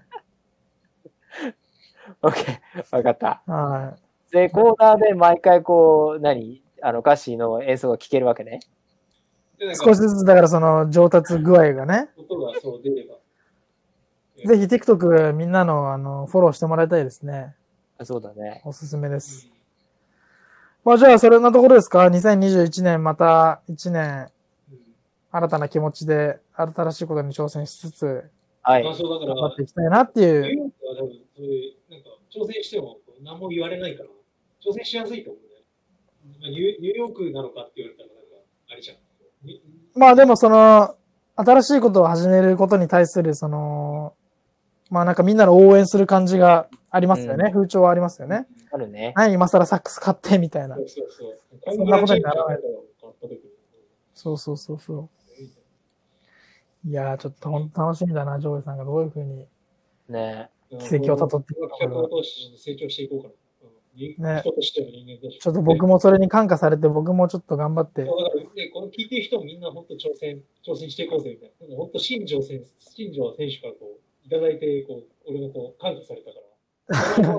Speaker 3: オッケー、わかった。
Speaker 1: はい。
Speaker 3: で、コーナーで毎回こう、何あの、歌詞の演奏が聴けるわけね。
Speaker 1: 少しずつ、だからその上達具合がね。
Speaker 2: 音がそう出れば。
Speaker 1: ぜひ TikTok みんなのあの、フォローしてもらいたいですね。
Speaker 3: そうだね。
Speaker 1: おすすめです。うん、まあじゃあ、それなところですか ?にせんにじゅういちねんまたいちねん、うん、新たな気持ちで新しいことに挑戦しつつ、
Speaker 3: はい。
Speaker 2: 頑
Speaker 1: 張っていきたいなっていう。
Speaker 2: ニューヨークは多分、そういう、なんか、挑戦しても何も言われないから、挑戦しやすいと思うね。ニューヨークなのかって言われたら、なんか、あれじゃん。
Speaker 1: まあでもその、新しいことを始めることに対する、その、まあなんかみんなの応援する感じがありますよね。うん、風潮はありますよね。
Speaker 3: あるね。
Speaker 1: はい、今更サックス買ってみたいな。
Speaker 2: そうそうそう。
Speaker 1: そんなことにならない。そうそうそうそう。いやー、ちょっと本当楽しみだな、ジョーイさんがどういうふうに。
Speaker 3: ね
Speaker 1: 奇跡をたどっていく
Speaker 2: か。企画を通して成長していこうかな。ね、人としての人間として。
Speaker 1: ちょっと僕もそれに感化されて、僕もちょっと頑張って。
Speaker 2: だからね、この聞いてる人もみんな本当挑戦、挑戦していこうぜみたいな。本当新庄選手、新庄選手からこう、いただいて、こう、俺もこう、感化されたから。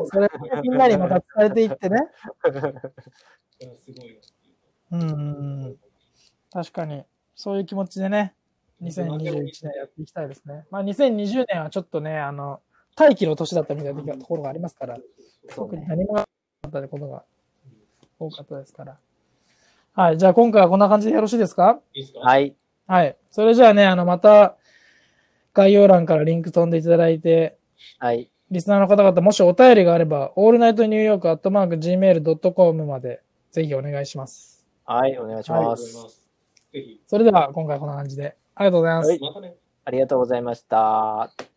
Speaker 1: それ、みんなにまた伝えていってね。
Speaker 2: すごい
Speaker 1: な。うん。 確かに。そういう気持ちでね、にせんにじゅういちねんやっていきたいですね。まあにせんにじゅうねんはちょっとね、あの、待機の年だったみたいなところがありますから、特に何もなかったことが多かったですから。はい。じゃあ今回はこんな感じでよろしいですか？
Speaker 2: いいですか？
Speaker 3: はい。
Speaker 1: はい。それじゃあね、あの、また、概要欄からリンク飛んでいただいて、
Speaker 3: はい。
Speaker 1: リスナーの方々、もしお便りがあれば、オールナイトニューヨークアットマーク ジーメールドットコム まで、ぜひお願いします。
Speaker 3: はい、お願いし
Speaker 2: ありが
Speaker 3: ます。
Speaker 2: とうございます。ぜひ。
Speaker 1: それでは、今回こんな感じで、ありがとうございます。
Speaker 2: またね。
Speaker 3: ありがとうございました。